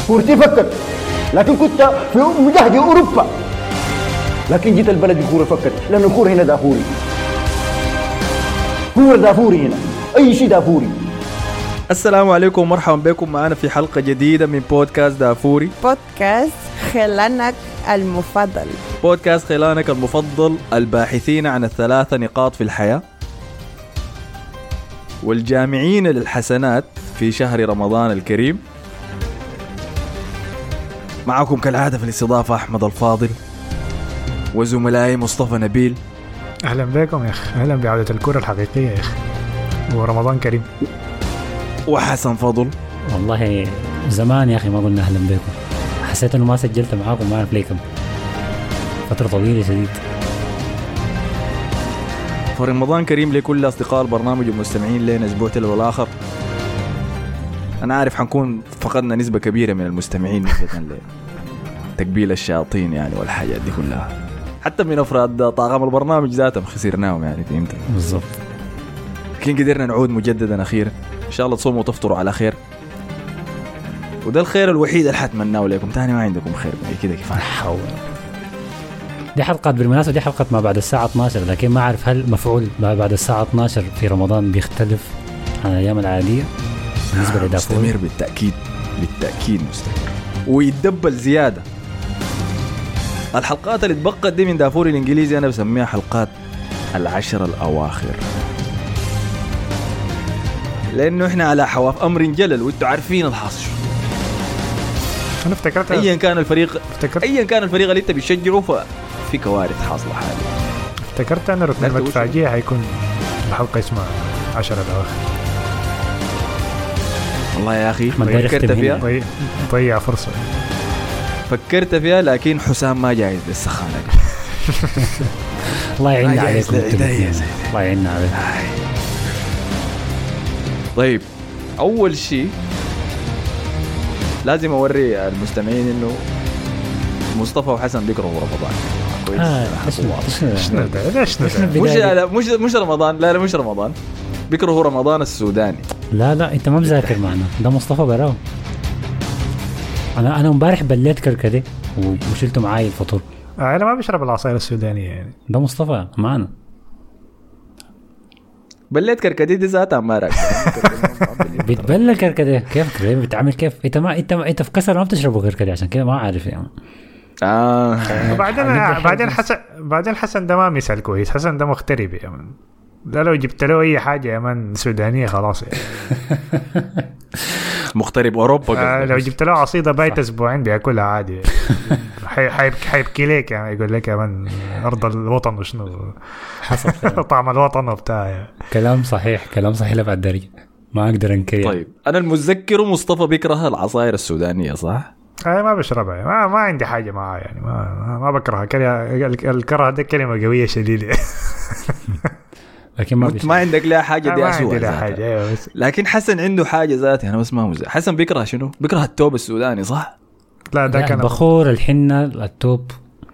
كورتي فكت، لكن كنت في مجهد أوروبا، لكن جيت البلد الكورة فكت، لأن الكورة هنا دافوري، كورة دافوري هنا، أي شيء دافوري. السلام عليكم ومرحبا بكم معنا في حلقة جديدة من بودكاست دافوري، بودكاست خلانك المفضل. بودكاست خلانك المفضل، الباحثين عن الثلاثة نقاط في الحياة والجامعين للحسنات في شهر رمضان الكريم. معكم كالعادة في الاستضافة أحمد الفاضل وزملائي مصطفى نبيل. أهلا بكم يا أخي، أهلا بعودة الكرة الحقيقية يا أخي، ورمضان كريم. وحسن فضل. والله زمان يا أخي ما قلنا أهلا بكم، حسيت أنه ما سجلت معاكم، ما أعرف ليه، كم فترة طويلة شديد. فرمضان كريم لكل أصدقاء البرنامج والمستمعين لنا أسبوع تلو الآخر. أنا عارف حنكون فقدنا نسبة كبيرة من المستمعين نسبة لتقبيل الشياطين يعني والحاجات دي كلها، حتى من أفراد طاقم البرنامج ذاتهم خسرناهم يعني، فهمت بالضبط. لكن قدرنا نعود مجددا أخيرا. إن شاء الله تصوموا وتفطروا على خير، وده الخير الوحيد اللي حتمناه لكم. تاني ما عندكم خير كده كفاية. حول. دي حلقات بالمناسبة، دي حلقة ما بعد الساعة 12، لكن ما أعرف هل مفعول ما بعد الساعة 12 في رمضان بيختلف عن الأيام العادية بالنسبة لدافور؟ مستمر بالتأكيد، بالتأكيد مستمر ويتدبل زيادة. الحلقات اللي تبقت دي من دافور الإنجليزي أنا بسميها حلقات العشر الأواخر، لأنه إحنا على حواف أمر جلل وإنتوا عارفين الحاصل. أنا افتكرت أيا كان الفريق اللي أنت بتشجعه ففي كوارث حاصلة حاليا. افتكرت أنا ركن المدفعية هيكون الحلقة اسمها 10 الأواخر. والله يا أخي فكرت فيها، ضيع فرصة. فكرت فيها لكن حسام ما جاهز للسخانة. الله يعيننا عليكم، الله يعيننا عليكم. طيب، أول شيء لازم أوري المستمعين إنه مصطفى وحسن بيكرهوا رمضان. مش رمضان، لا مش رمضان، بيكرهوا رمضان السوداني. لا أنت ما مذاكر معنا، ده مصطفى براو. أنا امبارح بليت كركدي وشلته معاي الفطور. أنا ما بشرب العصير السودانية يعني. ده مصطفى معنا. بليت كركدي دي ذاتها مارك. بتبلى كركدي كيف كريم بتعمل كيف؟ انت في كسر ما بتشربه كركدي، عشان كده ما عارف يعني. بعدين حسن ده ما مثال كويس، حسن ده مغترب يا من. ده لو جبت له اي حاجه يا من سودانيه خلاص يعني. مغترب اوروبا. لو جبت له عصيده بايت اسبوعين بياكلها عادي. حيبكي لك يعني، يقول لك يا من ارض الوطن وشنو حصل طعم الوطن وبتاع يعني. كلام صحيح لبعد دري، ما اقدر انكر. طيب انا المتذكر مصطفى بيكره العصائر السودانيه صح؟ ما بشربها، ما عندي حاجه معها يعني، ما بكرهها. الكره ده كلمه قويه شديده. لكن ما عندك لا حاجه دي اسوء حاجه. لكن حسن عنده حاجه ذاتي انا بس ما مزح. حسن بيكره شنو؟ بيكره التوب السوداني صح؟ لا ده كان بخور الحنه التوب.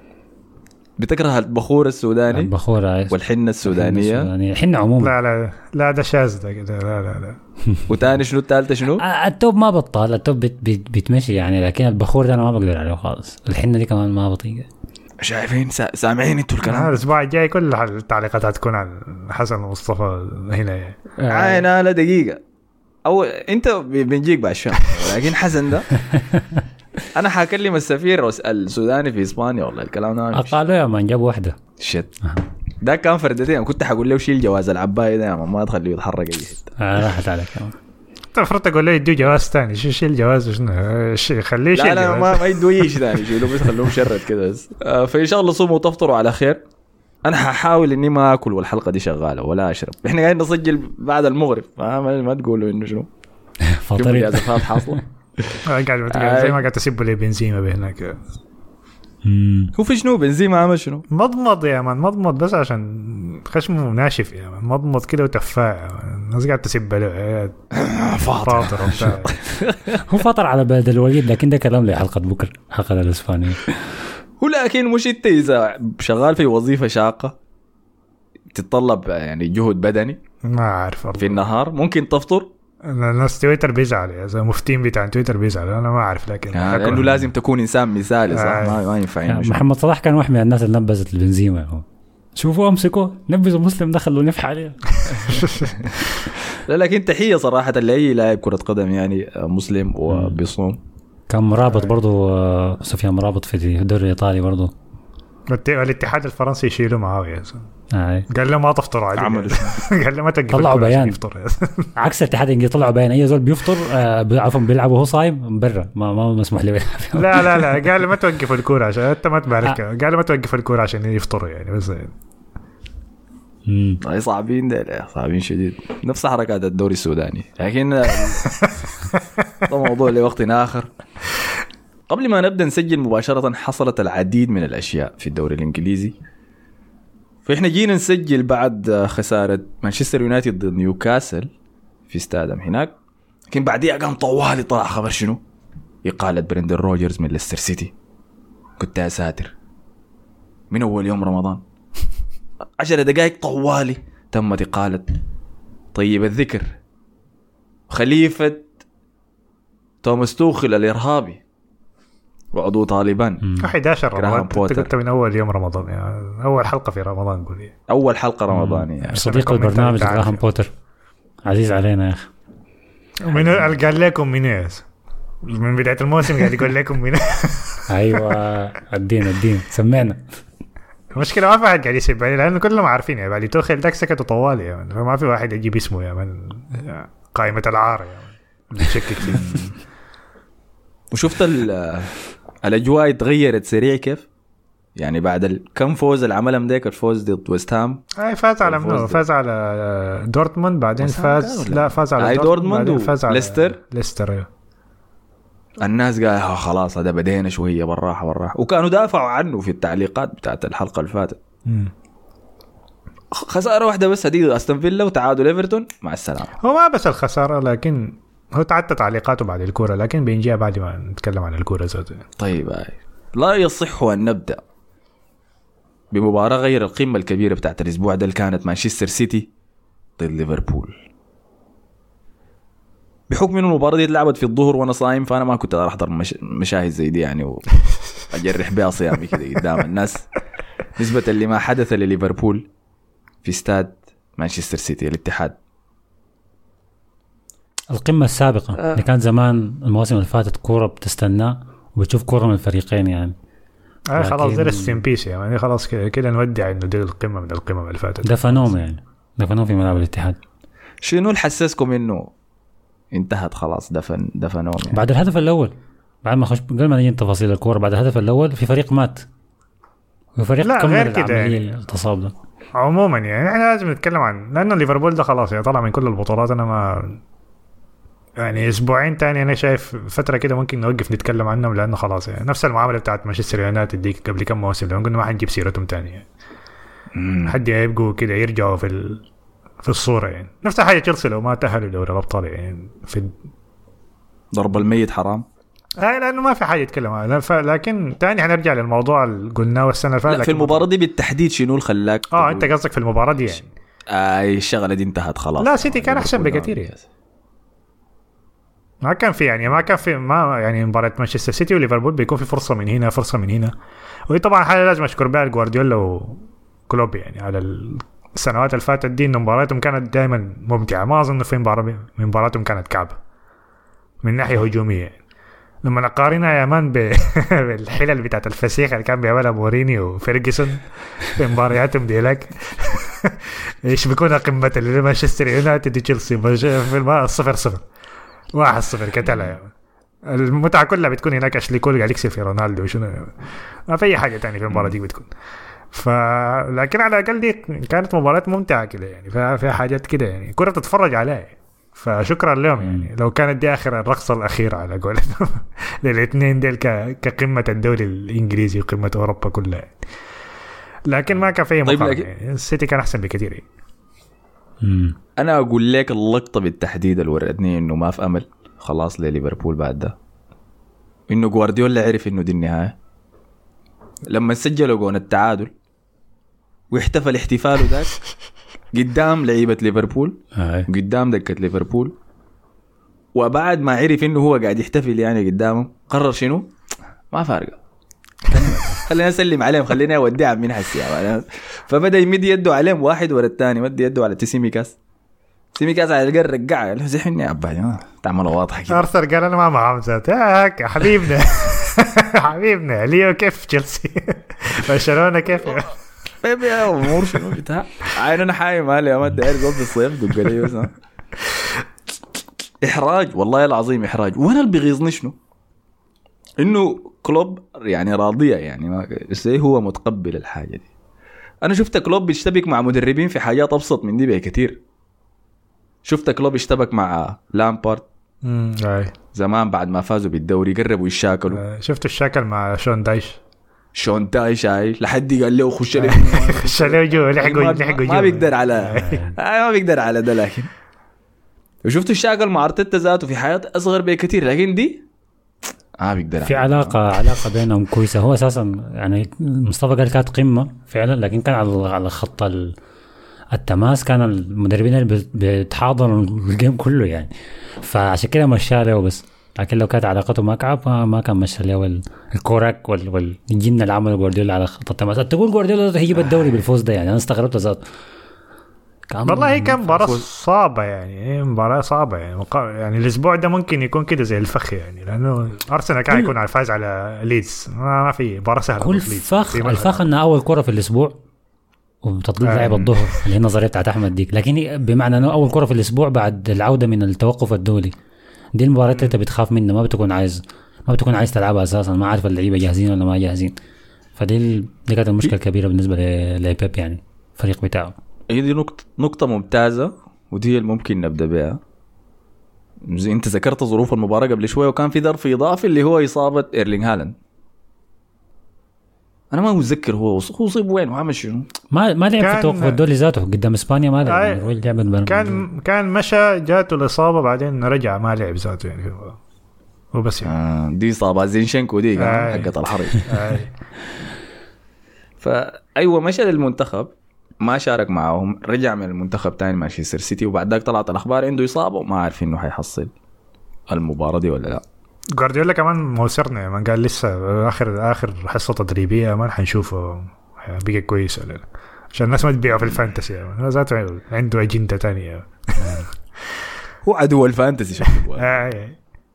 بتكره البخور السوداني؟ البخور والحنه السودانيه. الحنه عموما لا ده شاذ ده كده. لا وتاني شنو؟ الثالثه شنو؟ التوب ما بطال، التوب بتمشي يعني، لكن البخور ده انا ما بقدر عليه خالص. الحنه دي كمان ما بطيقه. شايفين سامعين انتوا الكلام؟ الاسبوع الجاي كل التعليقات هتكون عن حسن ومصطفى هنا لا دقيقه، او انت بنجيك بعد شهر. لكن حسن ده انا حاكلم السفير السوداني في اسبانيا، والله الكلام ده قالوا يا مان جابوا واحده شت. ده كان فردتين، كنت حقول له شيل جواز العباية ده يا ما تخليه يتحرك اي حته. راحت عليك المفروض تقول له يدوا جواز ثاني. شيل الجواز وشنو خليه شيل. لا ما يدوا اي شيء ثاني، شيلوا بس خلوهم شرد كده بس. فان شاء الله صوموا وتفطروا على خير. انا حاحاول اني ما اكل والحلقه دي شغاله ولا اشرب. احنا قاعدين نسجل بعد المغرب، ما تقولوا انه شنو فطري ازفات حاصله. قاعد زي ما قاعد تسب لي بنزيمه بهناك. هو في شنو بنزيمة عمل شنو؟ مضمض يا مان، مضمض بس عشان خشمه ناشف يا مان، مضمض كده وتفاع. الناس قاعد تسب له فاطر وبتاع. هو فاطر على بلد الوليد، لكن ده كلام لي حلقة بكرة، حلقة الإسبانية. ولكن مش انت إذا شغال في وظيفة شاقة تتطلب يعني جهد بدني ما عارف في النهار ممكن تفطر الناس تويتر بيزعل يا مفتين بتاع تويتر بيزعل انا ما اعرف لكن لانه لازم تكون انسان مثالي صح ما ينفع محمد صلاح كان واحد من الناس اللي نبذت البنزيما شوفوا امسكوا نبذوا مسلم دخلوا نفح عليه لا لكن تحيه صراحه لاي لاعب كره قدم يعني مسلم وبيصوم. كان مرابط برضو سفيان مرابط في الدوري الايطالي برضو الاتحاد الفرنسي يشيلوا معاه يا قال له ما تفطروا عليه قال له ما تقفل طلعوا بيان عكس الاتحاد الانجليزي طلعوا بيان اي زول بيفطر عفوا بيلعب وهو صايم برا ما مسموح له لا قال له ما توقف الكوره عشان انت ما تبارك قال له ما توقف الكوره عشان يفطروا يعني بس اي صعبين ده صعبين شديد نفس حركات الدوري السوداني لكن ده موضوع لوقت آخر. قبل ما نبدأ نسجل مباشرة حصلت العديد من الأشياء في الدوري الإنجليزي. فإحنا جينا نسجل بعد خسارة مانشستر يونايتد ضد نيوكاسل في استادهم هناك. لكن بعديها قام طوالي طلع خبر شنو إقالة بريندن روجرز من ليستر سيتي. كنت يا ساتر من أول يوم رمضان 10 دقائق طوالي تمت إقالة طيب الذكر خليفة توماس توخل الإرهابي وعضو طالبان 11 رمضان. كنت من أول يوم رمضان يعني أول حلقة في رمضان قولي أول حلقة رمضانية يعني. صديق البرنامج جراهام بوتر عزيز علينا يا أخي. من قال لكم من من بداية الموسم قاعد يقول لكم من أيوة الدين سمعنا. المشكلة ما في واحد قاعد يسيب عليه لأنه كلهم عارفين يعني بعد توخل داك سكتوا طوالي يعني فما في واحد يجيب اسمه يا من قائمة العار يعني بتشكك فيه. وشفت الأجواء اتغيرت سريع كيف يعني بعد كم فوز العمل ديك الفوز ضد ويست هام فاز على منو فاز على دورتموند بعدين فاز على دورتموند وفاز على ليستر. الناس قالوا خلاص هذا بدينا شوية بالراحة وكانوا دافعوا عنه في التعليقات بتاعت الحلقة اللي فاتت. خسارة واحدة بس هدي أستون فيلا وتعادل إيفرتون مع السلامة. هو ما بس الخسارة لكن هو تعدت تعليقاته بعد الكورة لكن بينجيها بعد ما نتكلم عن الكورة ذاتها. طيب لا يصح أن نبدأ بمباراة غير القمة الكبيرة بتاعت الأسبوع ده اللي كانت مانشستر سيتي ضد ليفربول. بحكم إنه المباراة دي اتلعبت في الظهر وأنا صايم فأنا ما كنت أحضر مشاهد زي دي يعني وأجرح بها صيامي كده قدام الناس نسبة لما حدث لليفربول في استاد مانشستر سيتي الاتحاد. القمة السابقة اللي كان زمان المواسم اللي فاتت كورة بتستنى وبتشوف كورة من الفريقين يعني خلاص ده السيمبيسي يعني خلاص كده نودع إنه دي القمة من القمة اللي فاتت دفنوهم يعني دفنوهم في ملعب الاتحاد. شنو اللي حسسكم إنه انتهت خلاص دفنوهم يعني؟ بعد الهدف الأول بعد ما قبل ما نجي تفاصيل الكورة بعد الهدف الأول في فريق مات وفريق كمل العملية التصاب ده. عموما يعني احنا لازم نتكلم عن لأنه ليفربول ده خلاص يعني طلع من كل البطولات. أنا ما يعني أسبوعين تاني أنا شايف فترة كده ممكن نوقف نتكلم عنهم لأنه خلاص يعني نفس المعاملة بتاعت مانشستر يونايتد دي قبل كم موسم لما قلنا ما حنجيب سيرتهم تاني يعني. حد يبقوا كده يرجعوا في الصورة يعني. نفس الحاجة تشيلسي لو ما تأهلوا دوري الأبطال يعني في ضرب الميت حرام لأنه ما في حاجة يتكلم عنها. لكن تاني هنرجع للموضوع اللي قلناه السنة اللي فاتت. في المباراة دي بالتحديد شنو الخلاك أنت قصدك في المباراة دي يعني الشغلة دي انتهت خلاص. لا سيتي كان أحسن بكثير يعني. ما كان في ما يعني مباراة مانشستر سيتي وليفربول بيكون في فرصة من هنا فرصة من هنا. ودي طبعا حاجة لازم أشكر بها جوارديولا وكلوب يعني على السنوات اللي فاتت دي إن مباراتهم كانت دائما ممتعة. ما أظن في مباراتهم كانت كعبة من ناحية هجومية يعني. لما نقارنها يا مان بالحلل بتاعت الفسيخ اللي كان بيعملها موريني وفيرجسون في مبارياتهم دي لك ايش بيكون قمة اللي مانشستر يونايتد تشيلسي في 0-1 كتلة يعني. المتعة كلها بتكون هناك أشلي كول قاعد يكسب في رونالدو وشنو ما في أي حاجة تانية في المباراة دي بتكون. لكن على الأقل دي كانت مباراة ممتعة كده يعني فيها حاجات كده يعني كرة تتفرج عليها. فشكرا لهم يعني لو كانت دي آخر الرقصة الأخيرة على قولتهم للاثنين ديل كقمة الدوري الإنجليزي وقمة أوروبا كلها يعني. لكن ما كان فيه مقارنة يعني. السيتي كان أحسن بكثير يعني. أنا أقول لك اللقطة بالتحديد اللي وردني إنه ما في أمل خلاص لليفربول بعد ده إنه جوارديولا عرف إنه دي النهاية لما سجلوا جون التعادل واحتفل احتفاله ذاك قدام لعيبة ليفربول قدام دكة ليفربول وبعد ما عرف انه هو قاعد يحتفل يعني قدامه قرر شنو ما فارقه خلينا نسلم عليهم خلينا اودعهم من حسيا. فبدا يمد يده عليهم واحد ورا الثاني مد يده على تسيميكاس على القر رجع قال له زحني يا ابا تعمل واضحه كده. ارثر قال انا ما معهم ذات ياك حبيبنا حبيبنا ليو كيف تشيلسي برشلونه كيف طيب يا امور شنو بتاع عين انا حاي مالي ما داير قبل الصيف دق لي بس احراج والله العظيم احراج. وانا اللي بيغيظني شنو انه كلوب يعني راضيه يعني ما ازاي هو متقبل الحاجه دي. انا شفت كلوب بيشتبك مع مدربين في حاجات ابسط من دي بكثير. شفت كلوب اشتبك مع لامبارد زمان بعد ما فازوا بالدوري قربوا يشاكلوا. شفت الشاكل مع شون دايش هاي لحد قال له خش له جو لحقوا ما بيقدر على ما بيقدر على ده. لكن وشفت الشاكل مع ارتيتا ذاته في حياة اصغر بكثير لكن دي بيقدر في علاقه بينهم كويسه. هو اساسا يعني مصطفى قال كانت قمه فعلا لكن كان على خط التماس كان المدربين اللي بيتحاضروا الجيم كله يعني فعشان كده مشى له بس. لكن لو كانت علاقته ما كعب ما كان مشى له الكوراك والجن اللي عمله جوارديولا على خط التماس. تقول جوارديولا هيجيب الدوري بالفوز ده يعني انا استغربت ذاته. والله كان مباراة صعبة يعني مباراة صعبة يعني الأسبوع ده ممكن يكون كده زي الفخ يعني لأنه أرسنال كان يكون على الفاز على ليدز ما في مباراة سهلة. كل الفخ إنه أول كرة في الأسبوع وتطبيق لعب الظهر اللي هي نظرية بتاعت أحمد ديك. لكن بمعنى إنه أول كرة في الأسبوع بعد العودة من التوقف الدولي دي المباراة اللي أنت بتخاف منها ما بتكون عايز تلعبها أساسا ما عارف اللعيبة جاهزين ولا ما جاهزين. دي كانت المشكلة الكبيرة بالنسبة لبيب يعني الفريق بتاعه. هي دي نقطة ممتازة ودي اللي ممكن نبدأ بها. انت ذكرت ظروف المباراة قبل شوية وكان في ظرف إضافي اللي هو إصابة إيرلينغ هالاند. أنا ما متذكر هو أصيب وين وعمل شنو. ما لعب في التوقف الدولي ذاته قدام إسبانيا ما لعب. كان مشى جاته الإصابة بعدين رجع ما لعب ذاته يعني وبس يعني. دي إصابة زينشينكو دي حقت الحرب. فأيوة مشى للمنتخب ما شارك معهم رجع من المنتخب تاني مانشستر سيتي وبعد ذاك طلعت الأخبار عنده إصابة وما عارف إنه حيحصل المباراة دي ولا لا. جوارديولا كمان موسرنا من قال لسه آخر حصة تدريبية ما حنشوفه بقى كويس ولا لا عشان الناس ما تبيعه في الفانتسي هو ذاته عنده أجندة تانية. هو عدو الفانتسي شكله.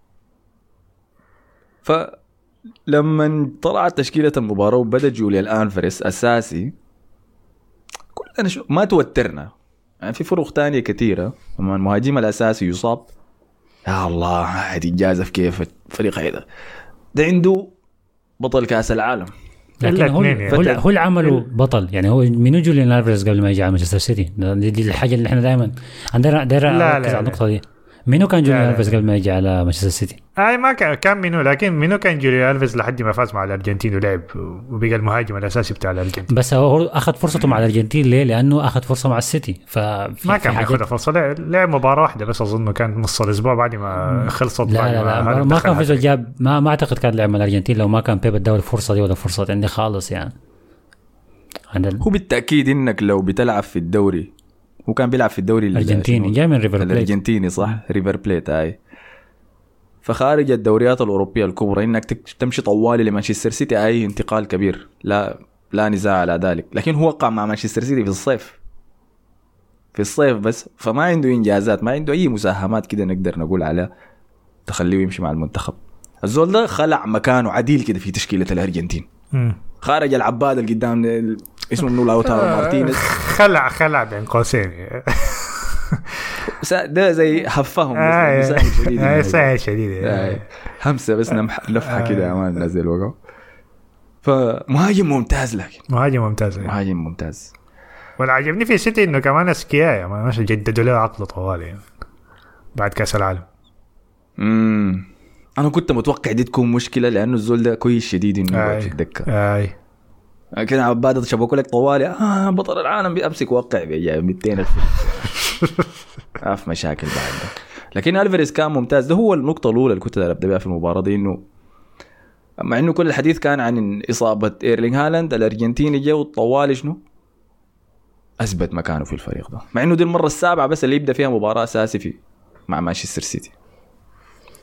فلما طلعت تشكيلة المباراة وبدأ جوليان ألفاريز أساسي كلنا ما توترنا يعني في فرق تانية كثيرة لما المهاجم الأساسي يصاب يا الله هتتجازف كيف الفريق هذا ده عنده بطل كأس العالم. لكن هو اللي عمله بطل يعني هو منو جوليان ألفاريز قبل ما يجي على مانشستر سيتي دي الحاجة اللي احنا دائما عندنا نركز على النقطة دي. منو كان جوليان ألفاريز قبل ما يجي على مانشستر سيتي؟ ما كان منو لكن منو كان جوليان ألفاريز لحد ما فاز مع الأرجنتين ولعب وبقى المهاجم الأساسي بتاع الأرجنتين. بس هو أخذ فرصته مع الأرجنتين ليه؟ لأنه أخذ فرصة مع السيتي ما كان ياخذ فرصة لعب مباراة واحدة بس أظنه كان نص الأسبوع بعد ما خلصت. لا ما كان في جاب ما أعتقد كان لعب مع الأرجنتين لو ما كان بيب اداه الفرصة دي ولا فرصة عندي خالص يعني. هو بالتأكيد إنك لو بتلعب في الدوري هو كان بيلعب في الدوري الأرجنتيني جاي من ريفر بليت الأرجنتيني صح ريفر بليت هاي. فخارج الدوريات الأوروبية الكبرى إنك تمشي طوالي لمانشستر سيتي أي انتقال كبير لا نزاع على ذلك. لكن هو وقع مع مانشستر سيتي في الصيف بس فما عنده إنجازات ما عنده أي مساهمات كده نقدر نقول على تخليه يمشي مع المنتخب. الزول ده خلع مكانه عديل كده في تشكيلة الأرجنتين خارج العباد اللي قدام اسمه منو لاوتارو مارتينيز خلع بين قوسين ده زي حفهم سهل شديد همسه بس نفحه كده يا مان نزل وقع. فمهاجم ممتاز لكن مهاجم ممتاز. والعجبني في سيتي انه كمان اسكياء ما مش جددوا له عقده طوال يعني بعد كاس العالم. انا كنت متوقع دي تكون مشكله لانه الزول ده كويس شديد انه يقعد يتذكر كده عبادة شبكوا لك طوالي بطل العالم بيمسك وقع بيجي 200,000 مشاكل بعد ده. لكن ألفاريز كان ممتاز. ده هو النقطة الأولى اللي كنت أبدأ بها في المباراة دي إنه مع إنه كل الحديث كان عن إصابة إيرلينغ هالاند الأرجنتيني جاء والطوالي شنو أثبت مكانه في الفريق ده مع إنه دي المرة السابعة بس اللي يبدأ فيها مباراة أساسي مع مانشستر سيتي.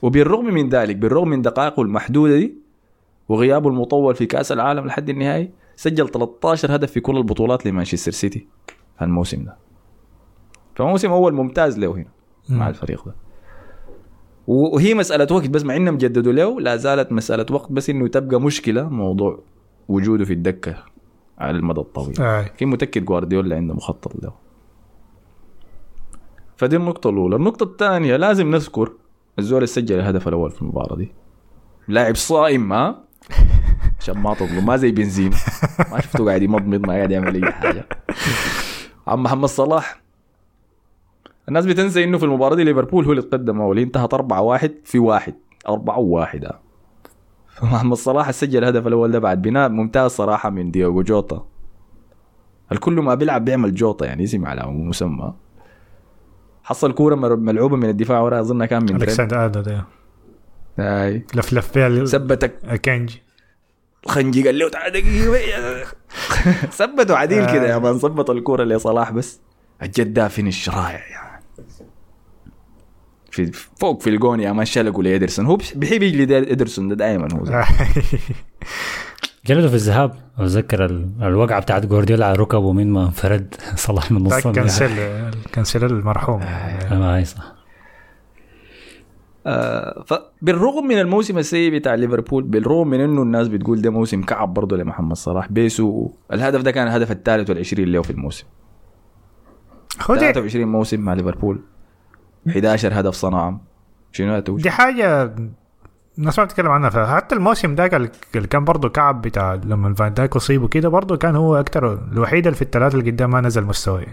وبالرغم من ذلك، بالرغم من دقائقه المحدودة دي وغيابه المطول في كأس العالم لحد النهائي، سجل 13 هدف في كل البطولات لمانشستر سيتي هالموسم ده. فموسم أول ممتاز له هنا مع الفريق ده. وهي مسألة وقت بس، مع إنهم جددوا له لا زالت مسألة وقت، بس إنه تبقى مشكلة موضوع وجوده في الدكة على المدى الطويل. في متأكد جوارديولا عنده مخطط له. فدي النقطة الأولى. النقطة الثانية لازم نذكر الزول اللي سجل الهدف الأول في المباراة دي، لاعب صائم عشان ما تطلب، ما زي بنزين ما شفته قاعد يمضمض، ما قاعد يعمل أي حاجة. عم محمد صلاح، الناس بتنسى إنه في المباراة دي ليفربول هو اللي تقدم أول، انتهت 4-1 في 4-1. فمحمد صلاح سجل الهدف الأول ده بعد بناء ممتاز صراحة من دياغو جوتا. الكل ما بيلعب بيعمل جوتا يعني اسم على مسمى. حصل كورة ملعوبة من الدفاع ورا، أظن كان من ألكسندر ده هاي لف فيها ثبتك كانجي خنجي قال له تعال دقيقة ثبتوا عديل كده يا مان، ثبت الكورة لصلاح بس الجدة فينش رائع يعني في فوق في الجون يا مان، شلقوا لإيدرسون. هو بيحب يجلد إيدرسون ده دائما هو جلده في الذهاب. أتذكر الوقعة بتاعت جوارديولا على ركبه من ما فرد صلاح من النص، كانسل المرحوم. هاي صح. فبالرغم من الموسم السيء بتاع ليفربول، بالرغم من انه الناس بتقول ده موسم كعب برضه لمحمد صلاح بيسو، الهدف ده كان الهدف الثالث والعشرين له في الموسم. 23 موسم مع ليفربول، 11 هدف صنعهم. شنو دي حاجة الناس ما بتتكلم عنها. فحتى الموسم ده اللي كان برضه كعب بتاع لما فان دايك أصيب وكده، برضه كان هو أكتر الوحيد اللي في الثلاثة اللي قدام ما نزل مستوى.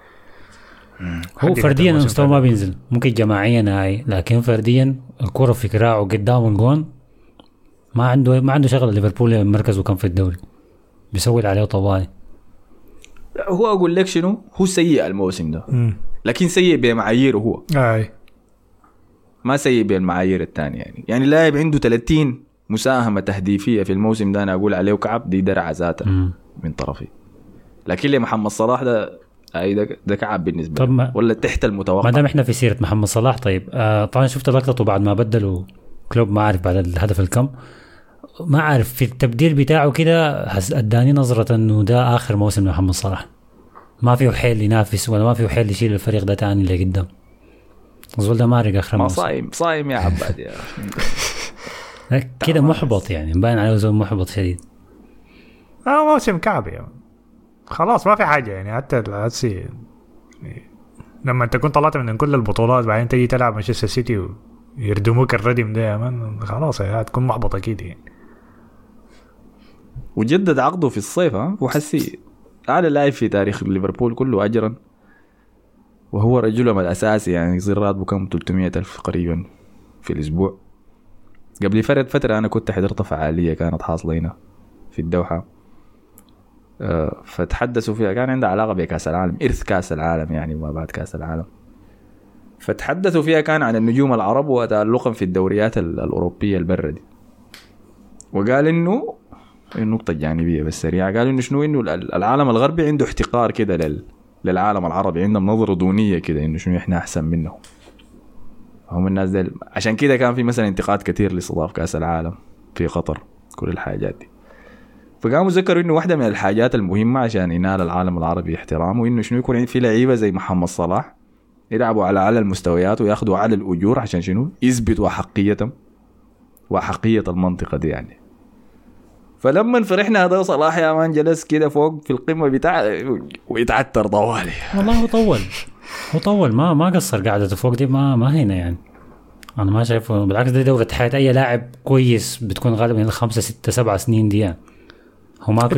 هو فرديا المستوى ما بينزل، ممكن جماعيا هاي، لكن فرديا الكرة في كراعه قدامه الجون ما عنده شغل. ليفربول مركزه كان في الدوري بيسوي عليه طوالي. هو أقول لك شنو، هو سيء الموسم ده لكن سيء بمعاييره هو، ما سيء بالمعايير الثانية. يعني لاعب عنده 30 مساهمة تهديفية في الموسم ده، أنا أقول عليه كعب، دي درعة ذاته من طرفي. لكن لمحمد صلاح ده كعب بالنسبة له ولا تحت المتوقع. ما دام احنا في سيرة محمد صلاح، طيب طبعا شفت لقطته بعد ما بدلوا كلوب، ما عارف بعد الهدف الكم، ما عارف في التبديل بتاعه كده اداني نظرة انه ده آخر موسم لمحمد صلاح، ما فيه حيل ينافس ولا ما فيه حيل يشيل الفريق ده تاني اللي قدام. الزول ده مارق آخر موسم، صايم يا عباد يا كده محبط يعني، مبين عليه زول محبط شديد. موسم كعب يعني خلاص ما في حاجة يعني. حتى لما انت كنت طلعت من كل البطولات بعدين تيجي تلعب مانشستر سيتي ويردموك الردم ده يا مان، خلاص هتكون محبط اكيد يعني. وجدد عقده في الصيف وحسي اعلى لاعب في تاريخ ليفربول كله اجرا، وهو رجلهم الاساسي يعني يصير راتبه كم 300,000 قريبا في الاسبوع. قبل فترة انا كنت حضرت فعالية كانت حاصلة هنا في الدوحة، فتحدثوا فيها، كان عندها علاقة بكأس العالم، إرث كأس العالم يعني وما بعد كأس العالم. فتحدثوا فيها كان عن النجوم العرب وتألقهم في الدوريات الأوروبية البرة دي. وقال إنه النقطة الجانبية بس سريعة، قال إنه شنو، إنه العالم الغربي عنده احتقار كده للعالم العربي، عندهم نظرة دونية كده إنه شنو إحنا أحسن منهم هم الناس دي. عشان كده كان في مثلا انتقاد كتير لاستضاف كأس العالم في قطر، كل الحاجات دي. فقاموا ذكروا إنه واحدة من الحاجات المهمة عشان ينال العالم العربي احترامه إنه شنو، يكون في لعيبة زي محمد صلاح يلعبوا على أعلى المستويات وياخدوا على الأجور عشان شنو، يثبتوا حقيتهم وحقية المنطقة دي يعني. فلما فرحنا هذا صلاح يا مان جلس كده فوق في القمة بتاع ويتعتر طوالي. والله هو طول ما قصر قاعدته فوق دي، ما هنا يعني. أنا ما شايفه، بالعكس دي دورة حياة أي لاعب كويس بتكون غالبا من 5 6 7 سنين دي يعني. هو ما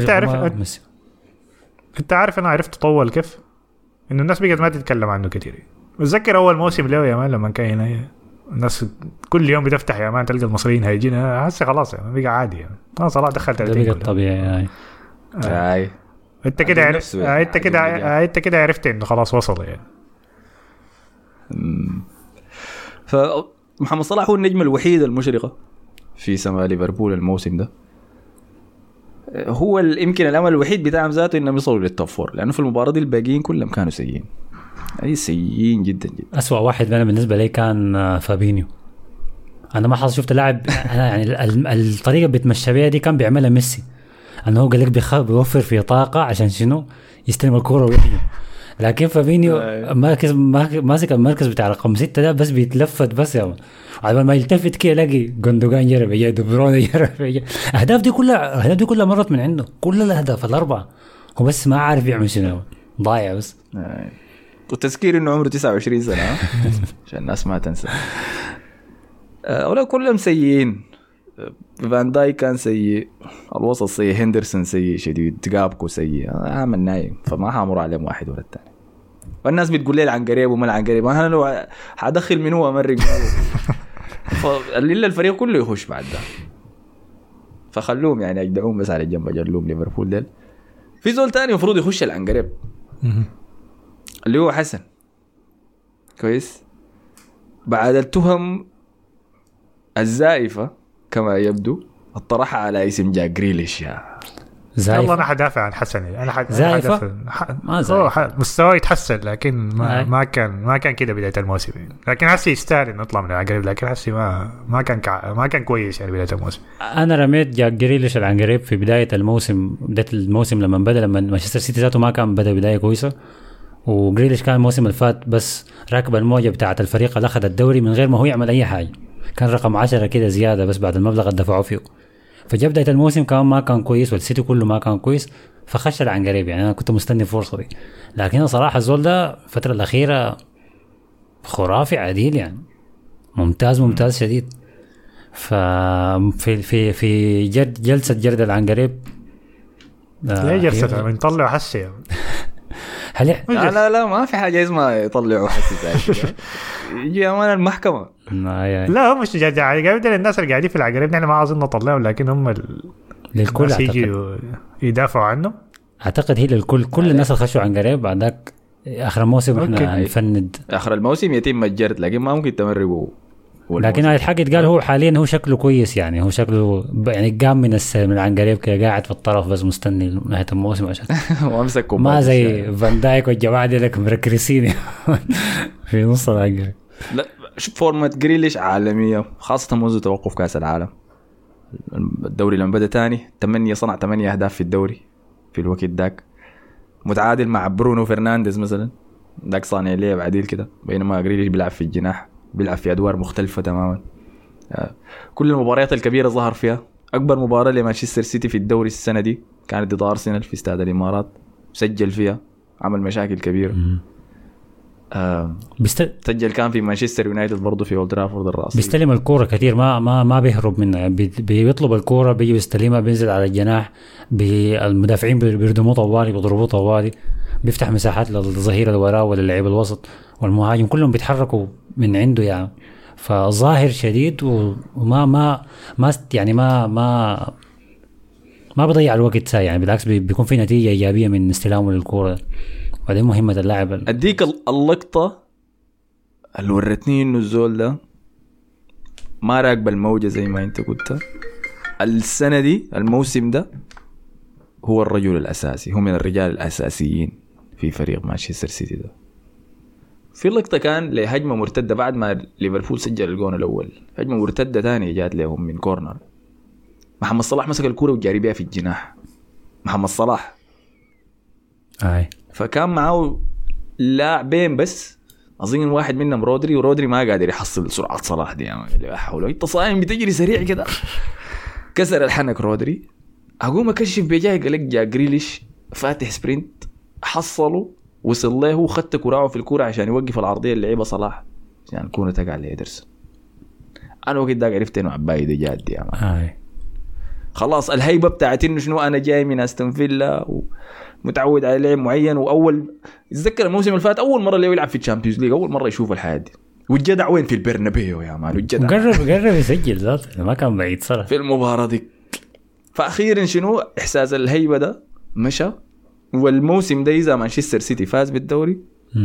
انت عارف انا عرفت طول كيف، انه الناس بقت ما تتكلم عنه كتير. بتذكر اول موسم له يا مان لما كان هنا الناس كل يوم بتفتح يا مان تلقى المصريين هيجينا، هسه خلاص يعني بقى عادي يعني. صلاح دخل 30 بقى طبيعي هاي. انت كده عرفت انه خلاص وصل يعني. فمحمد صلاح هو النجم الوحيد المشرقة في سماء ليفربول الموسم ده. هو يمكن الامل الوحيد بتاعهم ذاته انهم يوصلوا للتوب فور، لانه في المباراه دي الباقيين كلهم كانوا سيئين، اي سيئين جدا جدا. اسوأ واحد بالنسبه لي كان فابينيو. انا ما شفت لاعب انا يعني الطريقه بيتمشى بيها دي كان بيعملها ميسي، انه هو قال لك بيوفر في طاقه عشان شنو يستلم الكوره ويهجم. لكن فابينيو ماسك المركز بتاع رقم 6 ده بس بيتلفت بس يا على ما يلتفت كده يلاقي جوندوجان يجرب يجي دي بروين يجرب يجي. الاهداف دي كلها مرت من عنده، كل الاهداف الاربعه هو بس ما عارف يعمل شنو، ضايع بس. والتذكير انه عمره 29 سنه عشان الناس ما تنسى. ولا كلهم سيئين. فان داي كان سيء، الوسط سيء، هندرسون سيء شديد، تقابكو سيء، عامل نايم، فما حامر عليهم واحد ولا الثاني. والناس بتقول لي عن قريب وما عن قريب، انا لو حادخل من هو امرق الا الفريق كله يخش بعد ده، فخلوهم يعني يجدعون بس على جنب جلوم ليفربول ديل. في زول تاني المفروض يخش العنقريب اللي هو حسن، كويس، بعد التهم الزائفة كما يبدو الطرح على اسم جاك جريليش. يا والله انا حدافع عن حسن، انا زائفة مستواه يتحسن، لكن ما كان كده بدايه الموسم، لكن حسي يستاهل نطلع من العنقريب، لكن حسي ما كان كويس يعني بدايه الموسم. انا رميت جاك جريليش العنقريب في بدايه الموسم لما مانشستر سيتي ذاته ما كان بدا بدايه كويسه، وجريليش كان الموسم اللي فات بس راكب الموجه بتاعه الفريق اللي اخذ الدوري من غير ما هو يعمل اي حاجه، كان رقم 10 كده زياده بس بعد المبلغ اللي دفعوه فيه. فجاء بدايه الموسم كمان ما كان كويس، والسيتي كله ما كان كويس، فخش العنقريب. يعني انا كنت مستني الفرصه دي، لكن صراحه الزول ده الفتره الاخيره خرافي عديل، يعني ممتاز شديد. في في في جلسه جرد العنقريب ليه جلسه بنطلع حسي لا ما في حاجه اسمها يطلعوا حسي زي يجي امانه المحكمه. لا مش قاعدين الناس اللي قاعدين في العنقريب نحن ما عاوزين نطلعهم، لكن هم للكل يجي يدافعوا عنه. اعتقد هي للكل، كل الناس اللي خشوا عنقريب بعدك اخر الموسم احنا نفند اخر الموسم يتم الجرد، لكن ما ممكن تمرقوا. لكن هاي الحاجه قال هو حاليا هو شكله كويس، يعني هو شكله يعني قام من العنقريب كده قاعد في الطرف بس مستني نهايه الموسم عشان وامسكوا ما زي فان دايك والجماعه دي لك مركرسين في نص العنقريب. لا فورمات جريليش عالميه، خاصه منذ توقف كاس العالم. الدوري لما بدا تاني صنع 8 اهداف في الدوري في الوقت داك، متعادل مع برونو فرنانديز مثلا، داك صانع لعب عديل كده، بينما جريليش بيلعب في الجناح، بيلعب في ادوار مختلفه تماما. كل المباريات الكبيره ظهر فيها. اكبر مباراه لمانشستر سيتي في الدوري السنه دي كانت ضد ارسنال في استاد الامارات، سجل فيها، عمل مشاكل كبيره. سجل كان في مانشستر يونايتد برضه في اولد ترافورد الرأسي. بيستلم الكوره كثير، ما بيهرب منها، يعني بيطلب الكوره، بيجي بيستلمها، بينزل على الجناح، المدافعين بيردموه طوالي، بيضربوه طوالي، بيفتح مساحات للظهير اللي وراه وللعيب الوسط والمهاجم، كلهم بيتحركوا من عنده يعني. فظاهر شديد وما ما يعني ما بيضيع الوقت ساعة، يعني بالعكس بيكون في نتيجة إيجابية من استلامه للكورة، وهذه مهمة اللاعب. أديك اللقطة اللي ورتني إنه الزول ده ما راكب الموجة زي ما أنت قلت. السنة دي الموسم ده هو الرجل الأساسي، هو من الرجال الأساسيين في فريق مانشستر سيتي ده. في لقطة كان لهجمة مرتدة بعد ما ليفربول سجل الجون الأول، هجمة مرتدة تانية جات لهم من كورنر، محمد صلاح مسك الكرة وجاري بيها في الجناح، محمد صلاح فكان معه لاعبين بس، أظن واحد منهم رودري، ورودري ما قادر يحصل سرعة صلاح دي، يعني حوله انت صايم بتجري سريع كده، كسر الحنك رودري. أقوم أكشف بجاي قالك جا جريليش فاتح سبرينت، حصله وصل له وخدت كراعه في الكرة عشان يوقف العرضية اللي لعبها صلاح، يعني الكرة تقع لإيدرسون. أنا وقت ده عرفت إنه عباية دي جاد يعني. خلاص الهيبة بتاعت إنه شنو أنا جاي من أستون فيلا ومتعود على لعب معين، وأول يتذكر الموسم اللي فات أول مرة اللي يلعب في الشامبيونز ليج، أول مرة يشوف الحياة دي، والجدع وين في البرنابيو يا مان، والجدع قرب يسجل ذات، ما كان بعيد صراحة في المباراة دي. فأخيرا شنو إحساس الهيبة ده مشى، والموسم ده إذا مانشستر سيتي فاز بالدوري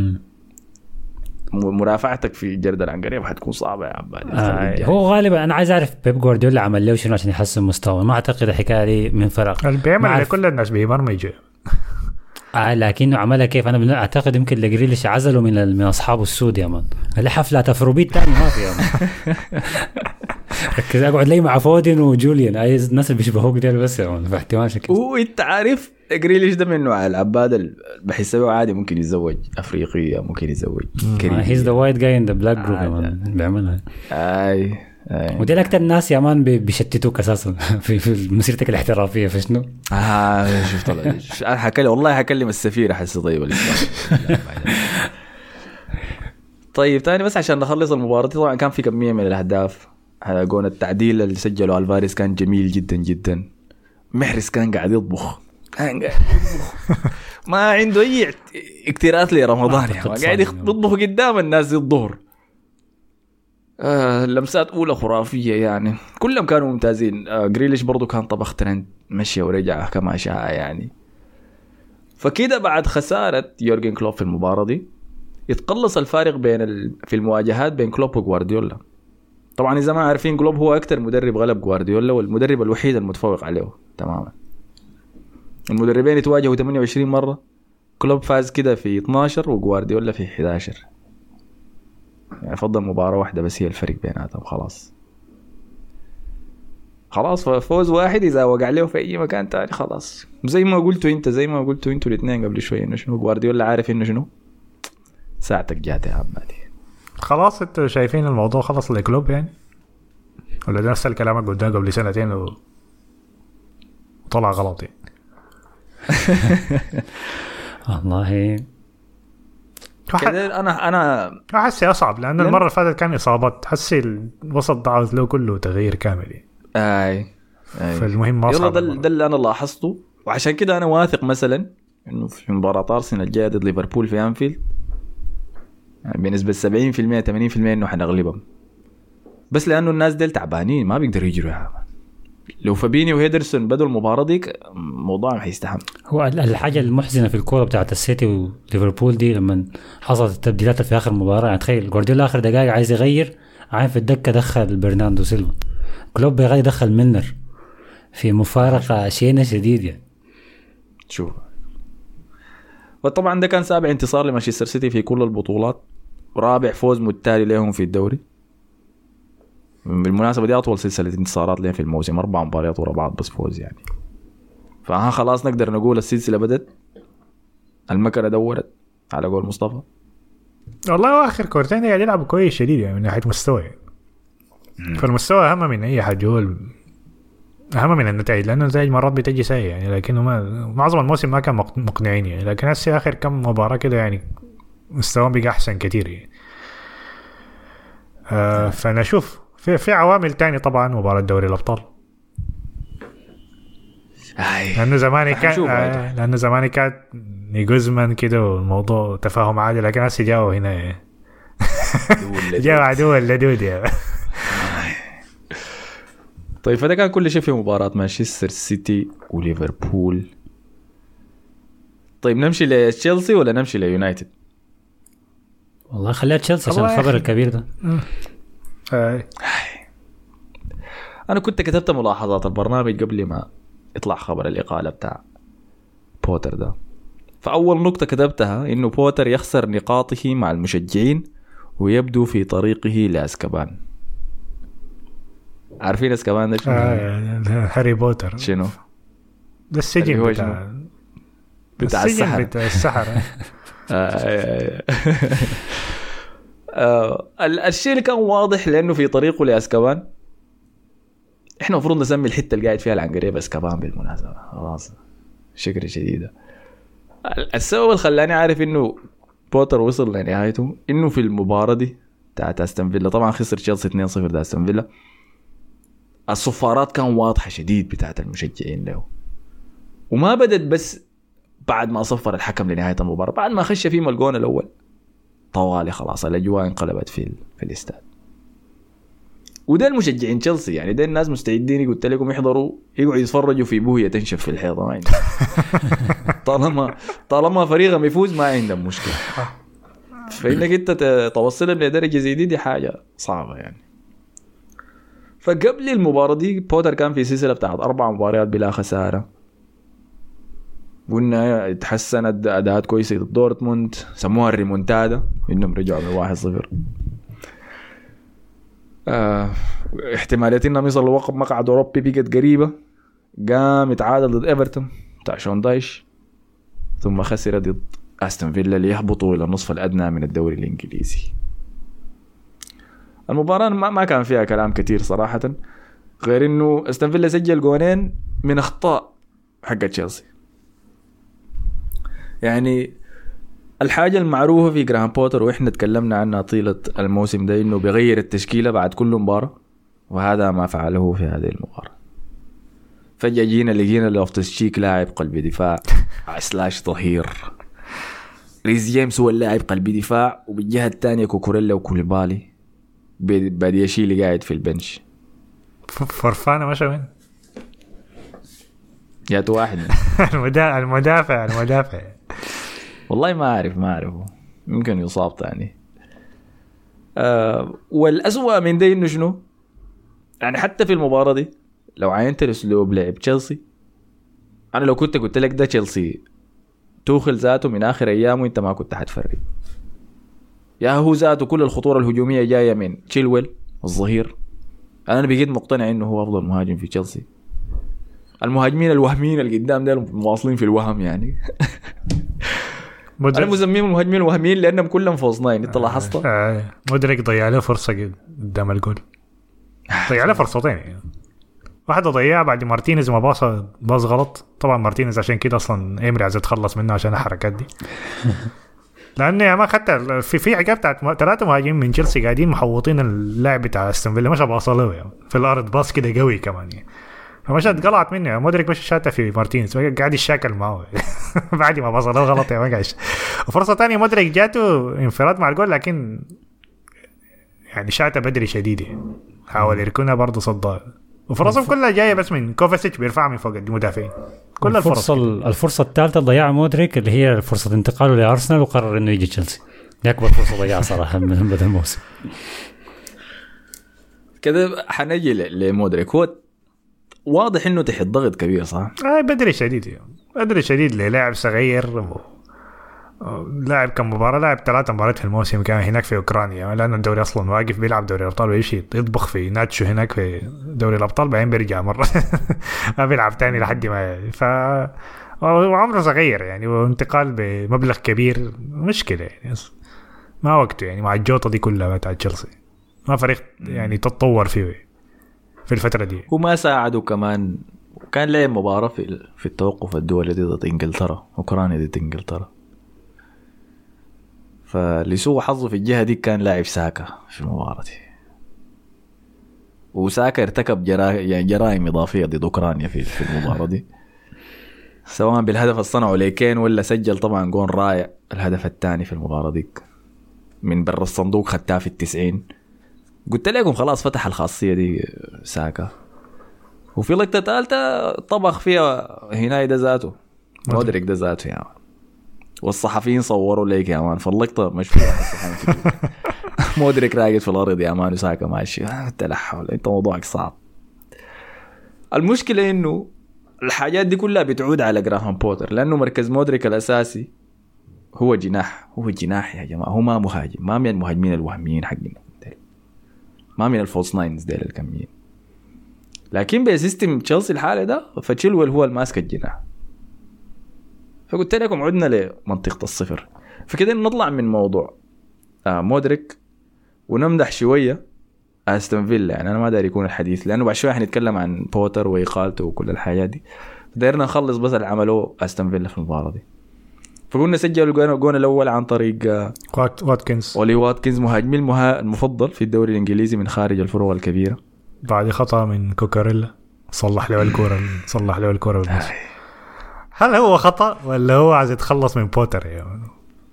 مرافعتك في جرد العنقريب حتكون صعبة يا عبادي. هو غالبا أنا عايز أعرف بيب جوارديولا عمل له شنو عشان يحسن مستوى، ما أعتقد الحكاية دي من فرق بيعمل لكل الناس بيبرمج لكنه عملها كيف؟ أنا أعتقد يمكن لجريليش عزله من أصحابه السود يا مان، اللي حفلة أفروبيت تاني ما في يا مان ركز اقعد لي مع فودن وجوليان عايز الناس اللي بيشبهوك ديل بس يعني في احتمال شكل. وانت عارف جريليش ده منه على العباد بحسه عادي ممكن يتزوج افريقيه ممكن يتزوج هيز ذا وايت جاي ان ذا بلاك جروب بيعملها. اي ودي اكثر الناس يا مان بيشتتوك اساسا في مسيرتك الاحترافيه في شنو. شفت انا والله حكلم السفير احس طيب طيب تاني بس عشان نخلص المباراة. طبعا كان في كمية من الأهداف. جون التعديل اللي سجله الفاريز كان جميل جدا جدا. محرز كان قاعد يطبخ ما عنده أي اكتراث لرمضان يعني قاعد يطبخ قدام الناس الظهر. لمسات أولى خرافية يعني كلهم كانوا ممتازين. جريليش برضو كان طبخ ترند مشي ورجع كما شاء يعني. فكده بعد خسارة يورجن كلوب في المباراة دي يتقلص الفارق في المواجهات بين كلوب وغوارديولا. طبعا إذا ما عارفين كلوب هو أكتر مدرب غلب غوارديولا والمدرب الوحيد المتفوق عليه تماما. المدربين يتواجهوا 28 مرة. كلوب فاز كده في 12 وغوارديولا في 11 يعني فضل مباراة واحدة بس هي الفرق بيناتهم. خلاص فوز واحد إذا وقع له في أي مكان تاني خلاص. زي ما قلتوا انتوا الاثنين قبل شوية إنه شنو غوارديولا عارف إنه شنو ساعتك جات يا عمادي. خلاص انتوا شايفين الموضوع خلص للكلوب يعني ولا ده نفس الكلام قلناه قبل سنتين وطلع غلط يعني؟ والله انا احس اصعب لان المره اللي فاتت كان اصابات. حسي الوسط ضاعت له كله تغيير كامل يعني. فالمهم ما اصعب. ده اللي انا لاحظته وعشان كده انا واثق مثلا انه في مباراه ارسنال الجايه ضد ليفربول في انفيلد يعني بنسبه 70% 80% انه حنغلبهم بس لانه الناس ديل تعبانين ما بيقدروا يجروا. لو فابيني وهيدرسون بدوا المباراة ديك موضوع حيستحمل. هو الحاجة المحزنة في الكورة بتاعت السيتي وليفربول دي لما حصلت التبديلات في آخر مباراة يعني تخيل غوارديولا آخر دقائق عايز يغير عارف في الدكة دخل برناردو سيلفا. كلوب بيغير يدخل ميلنر في مفارقة شينة شديد يعني. شوف وطبعا ده كان سابع انتصار لمانشستر سيتي في كل البطولات ورابع فوز متتالي لهم في الدوري. بالمناسبة دي أطول سلسلة انتصارات لين في الموسم 4 مباريات ورا بعض بس فوز يعني. فها خلاص نقدر نقول السلسلة بدت المكنة دورت على قول مصطفى. والله آخر كورتين قاعد يلعبوا كويس شديد يعني من ناحية مستوى يعني. فالمستوى أهم من أي حاجة هو أهم من النتائج لأن النتائج مرات بتجي سيئة يعني لكنه معظم الموسم ما كان مقنعين يعني لكن هسه آخر كم مباراة كده يعني مستواهم بقى أحسن كتير يعني. فأنا أشوف في عوامل تاني طبعا مباراة دوري الأبطال لأنه زماني كان نيجوزمان كده والموضوع تفاهم عادي لكن هسه جاوا هنا جاوا عدو اللدود يا. طيب فده كان كل شيء في مباراة مانشستر سيتي وليفربول. طيب نمشي لتشيلسي ولا نمشي ليونايتد؟ والله خليها تشيلسي عشان الخبر الكبير ده. أنا كنت كتبت ملاحظات البرنامج قبل ما يطلع خبر الإقالة بتاع بوتر ده. فأول نقطة كتبتها إنه بوتر يخسر نقاطه مع المشجعين ويبدو في طريقه لأزكبان. عارفين أزكبان ده شنو؟ هاري بوتر شنو؟ ده السجن بتاع السحرة. الشيء اللي كان واضح لأنه في طريقه لأزكبان. إحنا مفروض نسمي الحتة اللي قاعد فيها العنقريب أزكبان بالمناسبة. خلاص شكرا شديدة. السبب اللي خلاني عارف إنه بوتر وصل لنهايته إنه في المباراة دي بتاعت أستون فيلا طبعا خسر تشيلسي 2-0 ده أستون فيلا. الصفارات كان واضحة شديد بتاعت المشجعين له وما بدت بس بعد ما صفر الحكم لنهاية المباراة بعد ما خش فيه الجون الأول طوالي خلاص الأجواء انقلبت في الاستاد. وده المشجعين تشيلسي يعني ده الناس مستعدين قلت لكم يحضروا يقعدوا يتفرجوا في بوهية تنشف في الحيطة ما عندهم طالما فريقهم يفوز ما عندهم مشكلة. فإنك أنت توصلهم لدرجة زي دي حاجة صعبة يعني. فقبل المباراة دي بوتر كان في سلسلة بتاعت 4 مباريات بلا خسارة. قلنا تحسنت أداءات كويسة ضد دورتموند سموها الريمونتادا إنهم رجعوا من 1-0. احتمالية انهم يصلوا وقت مقعد اوروبي بقت قريبة. قام يتعادل ضد ايفرتون بتاع شون دايش، ثم خسر ضد استون فيلا ليهبطوا الى النصف الادنى من الدوري الانجليزي. المباراة ما كان فيها كلام كتير صراحة، غير انه استون فيلا سجل جونين من اخطاء حق تشيلسي. يعني الحاجة المعروفة في جراهام بوتر واحنا تكلمنا عنها طيلة الموسم ده انه بيغير التشكيلة بعد كل مباراة، وهذا ما فعله في هذه المباراة. فجأة لقينا لوفتس تشيك لاعب قلب دفاع سلاش ظهير، ريس جيمس هو اللاعب قلب دفاع، وبالجهة الثانية كوكوريلا وكوليبالي بادياشي اللي قاعد في البنش. فرفانة ماشي وين؟ جاتو واحد المدافع والله ما أعرفه، يمكن يصاب تاني. والأسوأ من ده إنه شنو؟ يعني حتى في المباراة دي لو عينت الأسلوب لعب تشيلسي، أنا لو كنت قلت لك ده تشيلسي توخل ذاته من آخر أيامه أنت ما كنت حتفرق. يا هو ذاته كل الخطورة الهجومية جاية من تشيلويل الظهير، أنا بقيت مقتنع إنه هو أفضل مهاجم في تشيلسي. المهاجمين الوهميين اللي قدام ده مواصلين في الوهم يعني. أنا مسميهم المهاجمين الوهميين لأنهم كلهم فوزناين. أنت لاحظت؟ مدرك ضيع له فرصة قدام الجول، ضيع له فرصتين يعني. واحدة ضيعها بعد مارتينيز ما باص غلط. طبعا مارتينيز عشان كده أصلا إمري عايز يتخلص منه عشان الحركات دي. لأنه ما خدت في حاجة بتاعت 3 مهاجمين من تشيلسي قاعدين محوطين اللاعب بتاع استون فيلا، مش باصله يعني في الأرض، باص كده قوي كمان يعني. فمش اتقلعت منه مدرك، مش شاته في مارتينيز قاعد يشاكل معه بعد ما باصله غلط يعني ما قاعد. وفرصة تانية مدرك جاته انفراد مع الجول، لكن يعني شاته بدري شديد يعني. حاول يركنها برضه صدها، وفرصهم كلها جايه بس من كوفاسيتش بيرفع من فوق المدافعين. كل الفرصه الثالثه ضيعها مودريك اللي هي فرصه انتقاله لارسنال، وقرر انه يجي تشيلسي. دي اكبر فرصه ضيعها صراحه من بدايه الموسم. كده حنجي لمودريك، هو واضح انه تحت ضغط كبير صح؟ بدري شديد يعني. بدري شديد للاعب صغير، لاعب كم مباراة، لاعب 3 مباريات في الموسم كان هناك في أوكرانيا، لأن الدوري أصلا واقف، بيلعب دوري الأبطال ويمشي يطبخ في ناتشو هناك في دوري الأبطال، بعدين بيرجع مرة ما بيلعب تاني لحد ما وعمره صغير يعني، وانتقال بمبلغ كبير مشكلة يعني. ما وقته يعني مع الجوطة دي كلها بتاع تشيلسي، ما فريق يعني تتطور فيه في الفترة دي. وما ساعدوا كمان، كان لعب مباراة في التوقف الدولي ضد إنجلترا، أوكرانيا ضد إنجلترا، فلسوء حظه في الجهة دي كان لاعب ساكا في المباراة دي، وساكا ارتكب جرائم إضافية ضد أوكرانيا في المباراة دي، سواء بالهدف الصنعه ليكين ولا سجل طبعا جون رائع الهدف الثاني في المباراة دي من برا الصندوق، خدتها في 90. قلت لكم خلاص فتح الخاصية دي ساكا. وفي لقطة ثالثة طبخ فيها هنا ده ذاته، مودريك ده ذاته يعني، والصحفيين صوروا ليك يا مان، فاللقطة مشهورة. مودريك راقد في الأرض يا مان وساكا ماشي. تلحول انت موضوعك صعب. المشكلة انه الحاجات دي كلها بتعود على جراهام بوتر، لأنه مركز مودريك الأساسي هو جناح. هو جناح يا جماعة، هو ما مهاجم، ما من المهاجمين الوهميين حقنا، ما من الفولس ناينز ديل الكميين. لكن بسيستم تشيلسي الحالة ده فتشيلويل هو الماسك الجناح. فقلت لكم عدنا لمنطقة الصفر. فكده نطلع من موضوع مودريك ونمدح شوية أستون فيلا. يعني أنا ما داري يكون الحديث، لأنه بعد شوية حنتكلم عن بوتر وإقالته وكل الحاجات دي. فدايرنا نخلص بس اللي عملوه أستون فيلا في المباراة دي. فقلنا سجلوا الجون الأول عن طريق واتكنز، أولي واتكنز، مهاجمي المفضل في الدوري الإنجليزي من خارج الفروع الكبيرة، بعد خطأ من كوكاريلا صلح له الكرة بالنص. هل هو خطأ ولا هو عايز يتخلص من بوتر يعني؟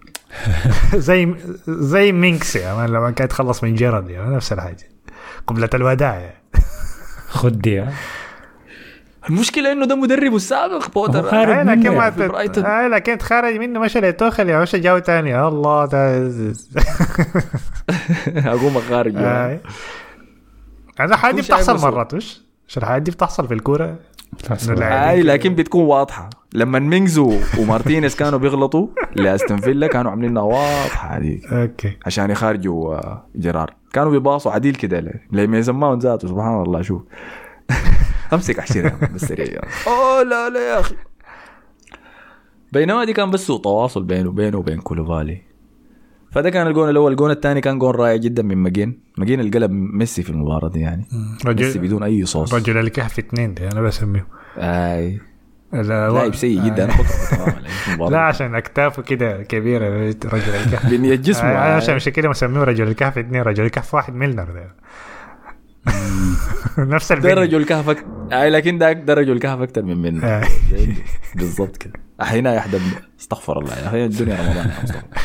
زي مينكس يعني لما كان يتخلص من جيرارد يعني، نفس الحاجة قبلة الوداع يعني. خدي المشكلة إنه ده مدرب السابق بوتر، لكن خارج منه مش اللي توخل يا مش جاو تاني. الله ده أقوم خارج هذا حاجة بتحصل مرات، مش الحاجات دي بتحصل في الكورة. اي لكن بتكون واضحه. لما مينجز ومارتينيز كانوا بيغلطوا لاستون فيلا كانوا عاملينها واضحه هذيك اوكي عشان يخرجوا جيرار. كانوا بيباصوا عديل كده لما يسمعون ذاته سبحان الله. شوف امسك عشرة بالسريع اوه لا لا يا اخي. بينما دي كان بس تواصل بينه وبين كولوفالي. فده كان الجون الاول. الجون الثاني كان جون رائع جدا من ماجين القلب ميسي في المباراه دي يعني. ميسي بدون اي صوص. رجل الكهف 2 ده انا بسميه اي لاعب سيء جدا. انا بكره لا عشان اكتافه كده كبيره رجل الكهف بنيه جسمه. عشان مش كده مسميه رجل الكهف 2. رجل الكهف 1 ميلنر ده نفس البنية. ده رجل الكهف لكن ده رجل الكهف اكثر من منه بالضبط كده. احيانا يحدب استغفر الله يا اخي الدنيا رمضان يا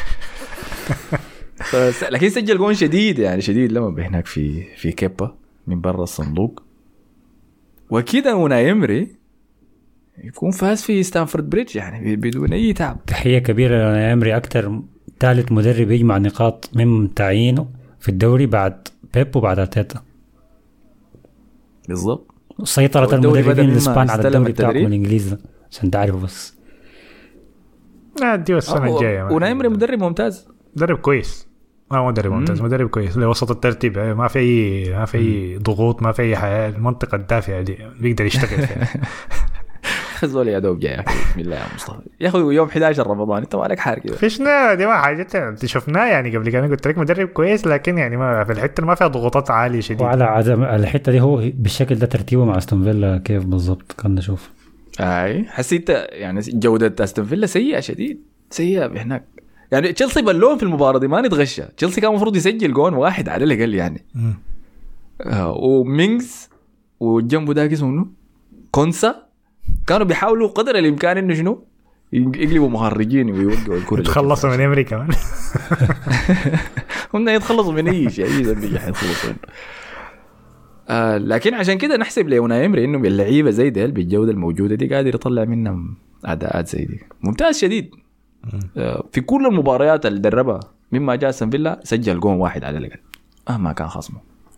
مصطفى. لكن سجل جون شديد يعني شديد لما بهناك في كيبا من برا الصندوق. وكده ونايمري يكون فاز في ستانفورد بريدج يعني بدون اي تعب. تحيه كبيره لنايمري اكثر ثالث مدرب يجمع نقاط من تعيينه في الدوري بعد بيب وبعد ارتيتا. بالضبط. سيطرة المدربين الاسبان على الدوري بتاعهم الانجليزي عشان تعرفوا بس. دي السنه الجايه. ونايمري مدرب ممتاز. مدرب كويس. ما مدرب ممتاز. مدرب كويس لوسط الترتيب. ما في اي ضغوط. ما في اي حياه. المنطقه الدافئه دي بيقدر يشتغل فيها. خذوا لي ادوب جاي بسم الله يا مصطفى يا اخي يوم 11 رمضان انت مالك حار كده. فيشنا دي ما حاجه انت شفناه يعني قبل كده. قلت لك مدرب كويس لكن يعني ما في الحته ما فيها ضغوطات عاليه شديد. وعلى عدم الحته دي هو بالشكل ده ترتيبه مع استون فيلا كيف بالضبط كنا نشوف. اي حسيت يعني جوده استون فيلا سيئه شديد سيئه هناك يعني. تشيلسي بلون في المباراه دي ما نتغشى. تشيلسي كان المفروض يسجل جون واحد على الاقل يعني. ومينجز وجنبه ده اسمه كونسا كانوا بيحاولوا قدر الامكان انه شنو يقلبوا مهرجين ويوقعوا الكره. يتخلصوا من امريكا كمان. هم يتخلصوا من اي شيء اي ذنب يخلصوا. لكن عشان كده نحسب ليونا امري انه اللعيبه زي ديل بالجوده الموجوده دي قادر يطلع منهم اداءات زي دي ممتاز شديد. في كل المباريات اللي دربها مما جاء استون فيلا سجل جون واحد على الاقل مهما كان خصمه.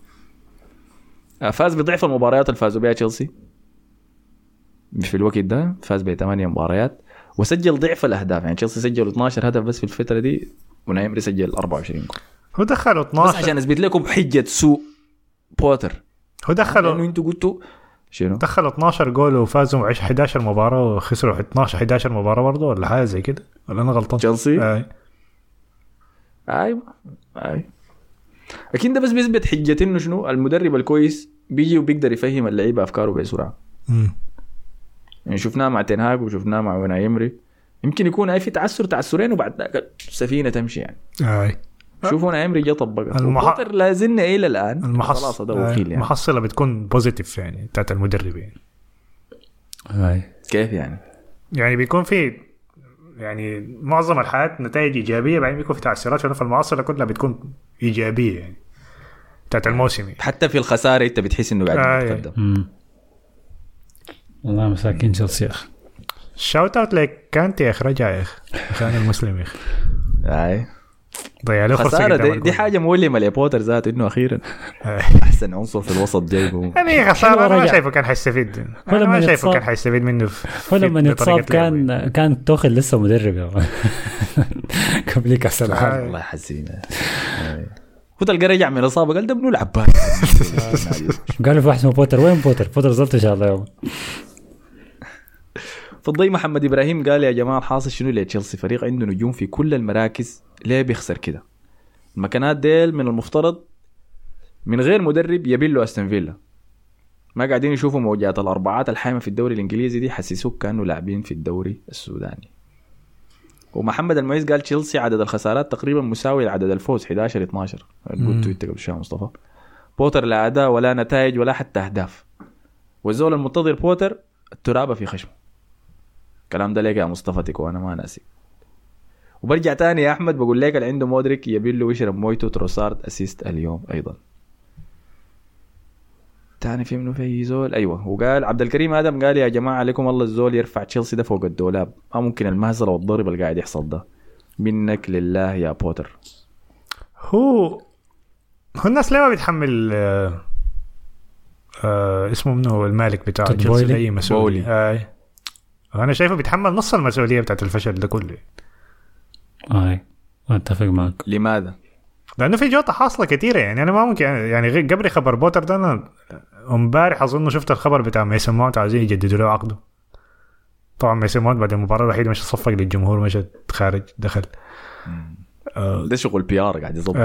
فاز بضعف المباريات اللي فازوا بها تشيلسي في الوقت ده. فاز ب8 مباريات وسجل ضعف الاهداف يعني. تشيلسي سجل 12 هدف بس في الفتره دي ونايمري سجل 24 جول. هو دخلوا 12 بس عشان اثبت لكم حجه سوء بوتر. هو دخلوا انه انتوا قلتوا شنو دخلوا 12 جول وفازوا 11 مباراه وخسروا 11 مباراه برضه ولا حاجه زي كده ولا انا غلطان؟ تشيلسي ايوه اكيد ده بس بيثبت حجه انه شنو المدرب الكويس بيجي وبيقدر يفهم اللعيبه افكاره بسرعه. يعني شفناه مع تنهاج وشفناه مع ونايمري. يمكن يكون هاي في تعثرين وبعد ذاك السفينه تمشي يعني. شوفوا نايمري جا طبقها وبوتر لازلنا الى الان خلاص ده وكيل يعني. المحصله بتكون بوزيتيف يعني بتاعت المدربين. كيف يعني بيكون في يعني معظم الحالات نتائج ايجابيه بعدين بيكون في تعثرات في المعاصره كلها بتكون ايجابيه يعني بتاعت الموسم. حتى في الخساره انت بتحس انه قاعد يتقدم. والله مساكين تشيلسي يا اخي. شاوت اوت لك كانت يا اخي رجع يا اخي عشان المسلم يا اخي. ضيع له فرصه. دي حاجه مؤلمه لبوتر ذاته انه اخيرا احسن عنصر في الوسط جايبه. يعني خساره ما شايفه كان حيستفيد. انا ما شايفه كان حيستفيد منه. ولما يتصاب كان توخل لسه مدرب يا قبل كاس العالم. والله حزينه. هو تلقى رجع من الاصابه قال ده ابنه العباد. قالوا في واحد اسمه بوتر. وين بوتر زلت ان شاء الله يوم. فضي محمد ابراهيم قال يا جماعه الحاصل شنو لتشيلسي فريق عنده نجوم في كل المراكز ليه بيخسر كده. المكانات ديل من المفترض من غير مدرب يبيلوا استون فيلا. ما قاعدين يشوفوا موجات الاربعات الحامه في الدوري الانجليزي دي حسسوك كانوا لاعبين في الدوري السوداني. ومحمد المعيز قال تشيلسي عدد الخسارات تقريبا مساوي لعدد الفوز 11-12. قلت انت قبل شويه مصطفى. بوتر لا اداء ولا نتائج ولا حتى اهداف. والزول المنتظر بوتر الترابه في خشمه. الكلام ده ليك يا مصطفى تكو انا ما ناسي. وبرجع تاني يا احمد بقول لك اللي عنده مودريك يبيله ويشرب مويتو تروسارد اسيست اليوم ايضا. تاني في منه في زول ايوه. وقال عبد الكريم ادم قال يا جماعه عليكم الله الزول يرفع تشيلسي ده فوق الدولاب. ما ممكن المهزله والضرب اللي قاعد يحصل ده. منك لله يا بوتر. هو الناس ليه ما بتحمل اسمه منه المالك بتاع تشيلسي اي مسؤولي. انا شايفه بيتحمل نص المسؤوليه بتاعت الفشل ده كله. اتفق معك. لماذا؟ لانه في جوطه حاصله كثيره يعني. انا ما ممكن يعني غير قبل خبر بوتر ده انا امبارح اظن شفت الخبر بتاع ميسون ماونت عايزين يجددوا له عقده. طبعا ميسون ماونت بعد المباراه الوحيده مش صفق للجمهور، مش خارج دخل. ده شغل بي ار قاعد يظبط.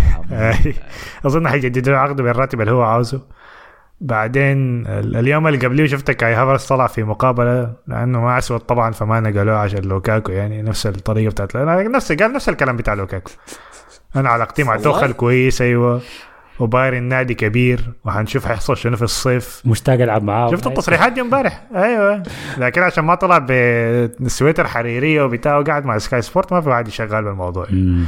اظن حيجددوا له عقده بالراتب اللي هو عاوزه. بعدين اليوم اللي قبليه شفت كاي هافرز طلع في مقابله لانه ما اسود طبعا فما نقلوه عشان لوكاكو، يعني نفس الطريقه بتاعت نفس الكلام بتاع لوكاكو. انا علاقتي مع توخل كويس ايوه، وبايرن نادي كبير وحنشوف حيحصل شنو في الصيف. مشتاق العب معاه. شفت التصريحات دي امبارح؟ ايوه لكن عشان ما طلع بسويتر حريريه وبتاعه قاعد مع سكاي سبورت ما في واحد يشغل بالموضوع.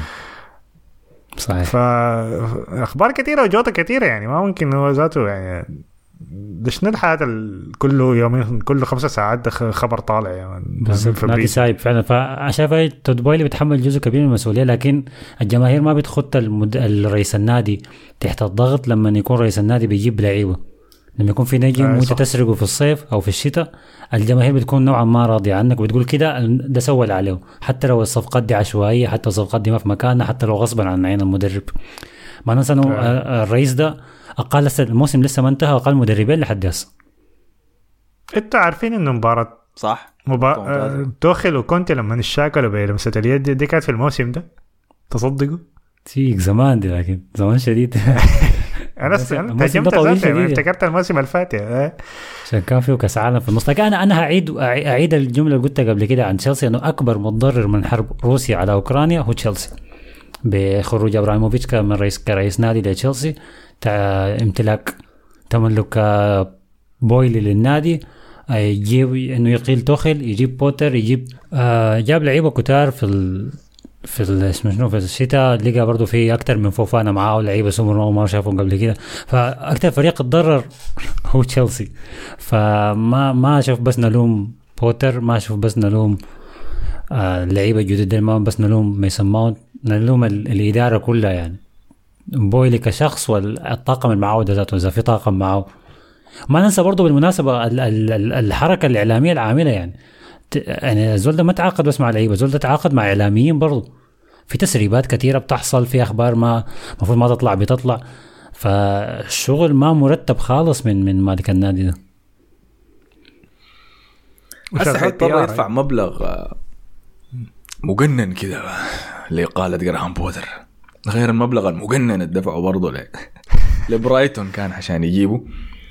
صحيح. فاخبار كثيره وجوطه كثيره يعني ما ممكن هو ذاته يعني دش نلحق كله يومين كل 5 ساعات خبر طالع يعني. بالضبط نادي سايب فعلا. فشايف تود بويلي بتحمل جزء كبير من المسؤوليه، لكن الجماهير ما بتخط الرئيس النادي تحت الضغط لما يكون رئيس النادي بيجيب لعيبه. لما يكون في نجم وانت تسرقه في الصيف او في الشتاء الجماهير بتكون نوعا ما راضيه عنك وبتقول كده ده سوى اللي عليه، حتى لو الصفقات دي عشوائيه، حتى الصفقات دي ما في مكانها، حتى لو غصبا عن عين المدرب. ما ننسى انه الرئيس ده اقل الموسم لسه ما انتهى، اقل مدربين لحد هسه. انتوا عارفين انه مباراه صح توخل وكونتي لما نشاكلوا بلمسه اليد دي كانت في الموسم ده، تصدقوا؟ تيك زمان دي، لكن زمان شديد. انا تهجمت ذاتي افتكرت الموسم الفاتح عشان كان فيه كاس عالم في النص. لكن انا اعيد الجمله اللي قلتها قبل كده عن تشيلسي، انه اكبر متضرر من حرب روسيا على اوكرانيا هو تشيلسي، بخروج ابراهيموفيتش كرئيس نادي لتشيلسي، امتلاك تملك بويلي للنادي، يجيب انه يقيل توخل، يجيب بوتر، جاب لعيبه كتار في اسمه شنو في الشتاء، لقى برضو في اكتر من فوفانا معاه ولعيبه سمر ما شافهم قبل كده. فاكتر فريق اتضرر هو تشيلسي. فما اشوف بس نلوم بوتر، ما اشوف بس نلوم اللعيبه الجدد، ما بس نلوم ميسون ماونت، نلوم الاداره كلها يعني. بويلي كشخص والطاقم المعاود ذاته اذا في طاقم معه. ما ننسى برضو بالمناسبه الحركه الاعلاميه العامله يعني الزول ده ما تعاقد بس مع لعيبه، الزول ده تعاقد مع اعلاميين برضو. في تسريبات كثيره بتحصل، في اخبار ما المفروض ما تطلع بتطلع، فالشغل ما مرتب خالص من مالك النادي ده. هسه حيضطر يدفع مبلغ مجنن كده لإقالة جراهام بوتر، غير المبلغ المجنن الدفعه برضو لبرايتون كان عشان يجيبه.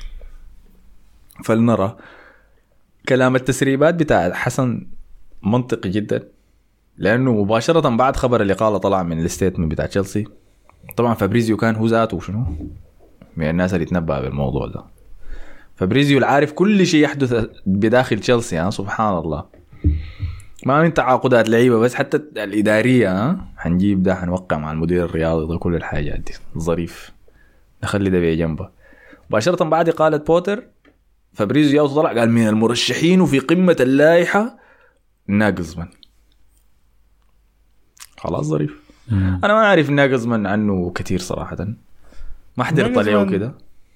فلنرى. كلام التسريبات بتاع حسن منطقي جدا، لأنه مباشرة بعد خبر الإقالة طلع من الستيتمنت بتاع تشيلسي. طبعا فابريزيو كان هو ذاته شنو من الناس اللي يتنبأ بالموضوع ده. فابريزيو العارف كل شيء يحدث بداخل تشيلسي. سبحان الله، ما من تعاقدات لعيبة بس، حتى الإدارية هنجيب ده، هنوقع مع المدير الرياضي ده، كل الحاجات دي ظريف، نخلي ده بجنبه. مباشرة بعد إقالة بوتر فابريزيو طلع قال من المرشحين وفي قمة اللائحة ناقزمان. خلاص ظريف. أنا ما أعرف ناقزمان عنه كتير صراحة، ما حضرت عليه كده.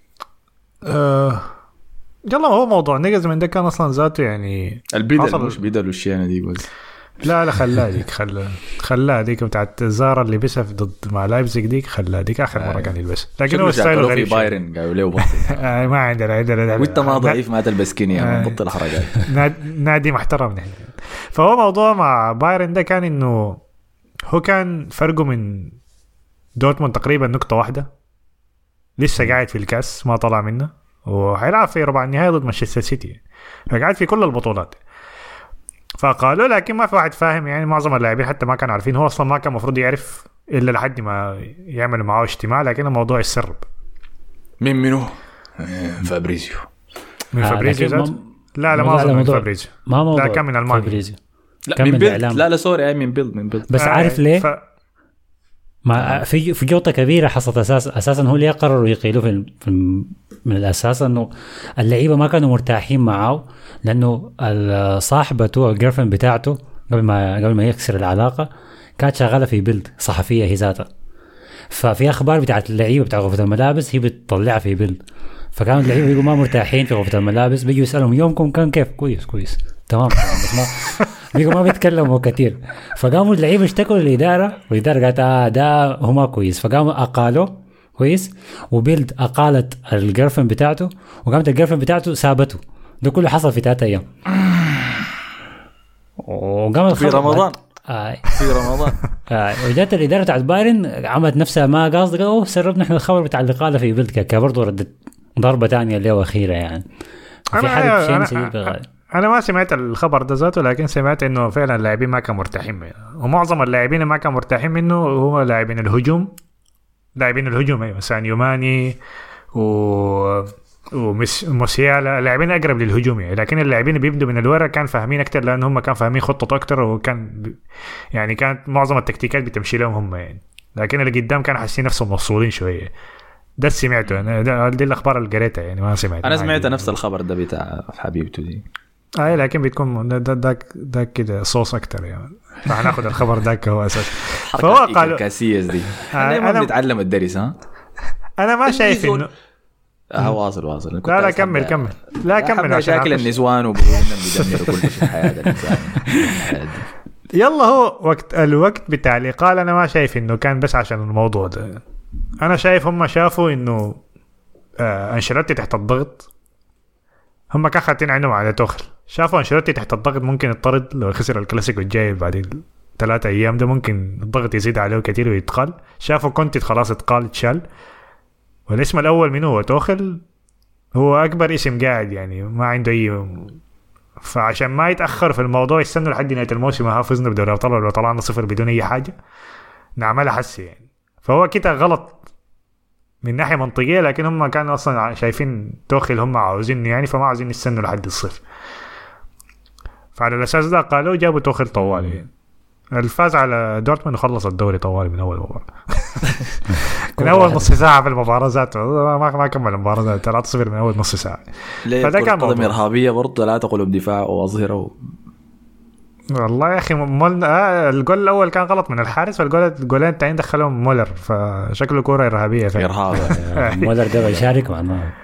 يلا هو موضوع ناقزمان ده كان أصلا ذاته يعني البدل مش بدل والشيانة دي بس. لا خلاه ديك بتاعت زارا اللي بسها ضد مع لايبزيج ديك، خلاه ديك آخر مرة كان يلبس، لكن هو ستايل غريب. بايرن قالوا له بطل. ما عندنا وانت ما ضعيف ما تلبس كينيا، بطل حركات. نادي محترم نحن. فهو موضوع مع بايرن ده كان انه هو كان فرقه من دورتموند تقريبا نقطة واحدة، لسه قاعد في الكاس ما طلع منه، وحيلعب في ربع النهائي ضد مانشستر سيتي، فقاعد في كل البطولات. فقالوا لكن ما في واحد فاهم يعني، معظم اللاعبين حتى ما كانوا عارفين، هو اصلا ما كان مفروض يعرف الا لحد ما يعمل معاه اجتماع، لكن الموضوع يسرب. منه فابريزيو من فابريزيو لا ما اظن من فابريزيو، لا كان من المانيا، لا من بيلد، لا سوري من بيلد بس عارف ليه ما في جوطة كبيرة حصلت أساسا هو اللي يقرر يقيلوه من الأساس، أنه اللعيبة ما كانوا مرتاحين معه، لأنه صاحبته الجيرفرند بتاعته قبل ما يكسر العلاقة كانت شغالة في بيلد صحفية هي ذاتها، ففي أخبار بتاعت اللعيبة بتاع غرفة الملابس هي بتطلعها في بيلد، فكانوا اللعيبه بيجوا ما مرتاحين في غرفه الملابس، بيجوا يسالهم يومكم كان كيف؟ كويس تمام بس ما بيجوا ما بيتكلموا كتير. فقاموا اللعيبه اشتكوا للاداره، والاداره قالت ده هو ما كويس، فقاموا اقالوا كويس، وبيلد اقالت الجيرفن بتاعته، وقامت الجيرفن بتاعته سابته. ده كله حصل في 3 ايام. وقامت في رمضان في رمضان وجات الاداره بتاعت بايرن عملت نفسها ما قاصده، سربنا احنا الخبر بتاع الاقاله في بيلد برضه ردت ضربه ثانيه اللي هو اخيره يعني. في حاله شيء شديد بالغايه. انا ما سمعت الخبر ده ذاته، لكن سمعت انه فعلا اللاعبين ما كانوا مرتاحين منه، ومعظم اللاعبين اللي ما كانوا مرتاحين منه هو لاعبين الهجوم. ايوه سانيو ماني وموسيالا، لاعبين اقرب للهجوم يعني. لكن اللاعبين اللي بيبدوا من الورا كان فاهمين اكثر، لان هم كانوا فاهمين خطه اكثر، وكان يعني كانت معظم التكتيكات بتمشي لهم هم يعني. لكن اللي قدام كانوا حاسين نفسهم مفصولين شويه. ده سمعته انا، دي الاخبار اللي قريتها يعني. ما سمعت، انا سمعت نفس الخبر ده بتاع حبيبته دي. لكن بتكون ده كده صوص اكتر يعني، فهناخد الخبر ده هو اساس. فهو قالوا كاسيس دي انا بنتعلم الدرس. انا ما شايف انه واصل. لا كمل. لا كمل مشاكل النسوان وبيقولوا بيدمروا كل شيء في الحياه الانسان. يلا هو الوقت بتاع الإقالة أنا ما شايف إنه كان بس عشان الموضوع ده. أنا شايف هم شافوا إنه أنشيلوتي تحت الضغط. هم كان خاتين عينهم على توخل، شافوا أنشيلوتي تحت الضغط ممكن يطرد لو خسر الكلاسيكو الجاي بعد 3 أيام، ده ممكن الضغط يزيد عليه كتير ويتقال. شافوا كونتي خلاص اتشال، والاسم الأول منه هو توخل، هو أكبر اسم قاعد يعني، ما عنده أي. فعشان ما يتأخر في الموضوع يستنوا لحد نهاية الموسم حافظنا بدوري الأبطال، لو طلعنا 0 بدون أي حاجة نعملها حسي يعني. فهو كده غلط من ناحية منطقية، لكن هم كانوا أصلا شايفين توخل هم عاوزين يعني، فما عاوزين يستنوا لحد 0. فعلى الأساس ده قالوا جابوا توخل طوالي يعني. الفاز على دورتموند وخلص الدوري طوالي من أول مباراة. من أول نص ساعة في المباراة ذاته، ما كمل المباراة 3-0 من أول نص ساعة. فده كان قدم إرهابية برضه، لا تقلب دفاع وأظهره. والله يا أخي الجول الأول كان غلط من الحارس، والجولين التانيين دخلهم مولر، فشكله كورة إرهابية. مولر ده بيشارك معنا.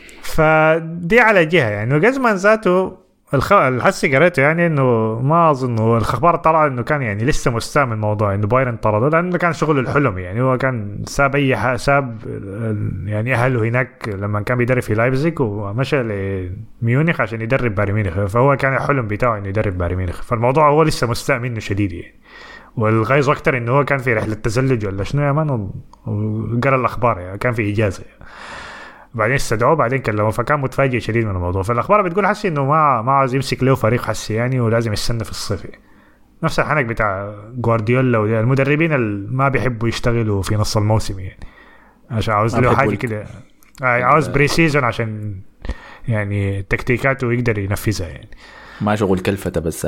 فدي على جهة يعني. وجزمان ذاته الحسي قريته يعني انه ما اظن الاخبار طلع انه كان يعني لسه مستاء من الموضوع انه بايرن طرده، لانه كان شغل الحلم يعني. هو كان ساب يعني اهله هناك لما كان بيدرب في لايبزيج، ومشى لميونخ عشان يدرب بايرن ميونخ، فهو كان الحلم بتاعه انه يدرب بايرن ميونخ. فالموضوع هو لسه مستاء منه شديد يعني. والغيظ اكتر انه هو كان في رحله تزلج ولا شنو يا مان، وقرا الاخبار يعني، كان في اجازه يعني. بعدين استدعوه، بعدين كلموه، فكان متفاجئ شديد من الموضوع. فالاخبار بتقول حسي انه ما عاوز يمسك له فريق حسي يعني، ولازم يستنى في الصيف يعني. نفس الحنك بتاع جوارديولا والمدربين اللي ما بيحبوا يشتغلوا في نص الموسم يعني، عشان عاوز له حاجه كده، عاوز بري سيزون عشان يعني تكتيكاته يقدر ينفذها يعني، ما شغل كلفته بس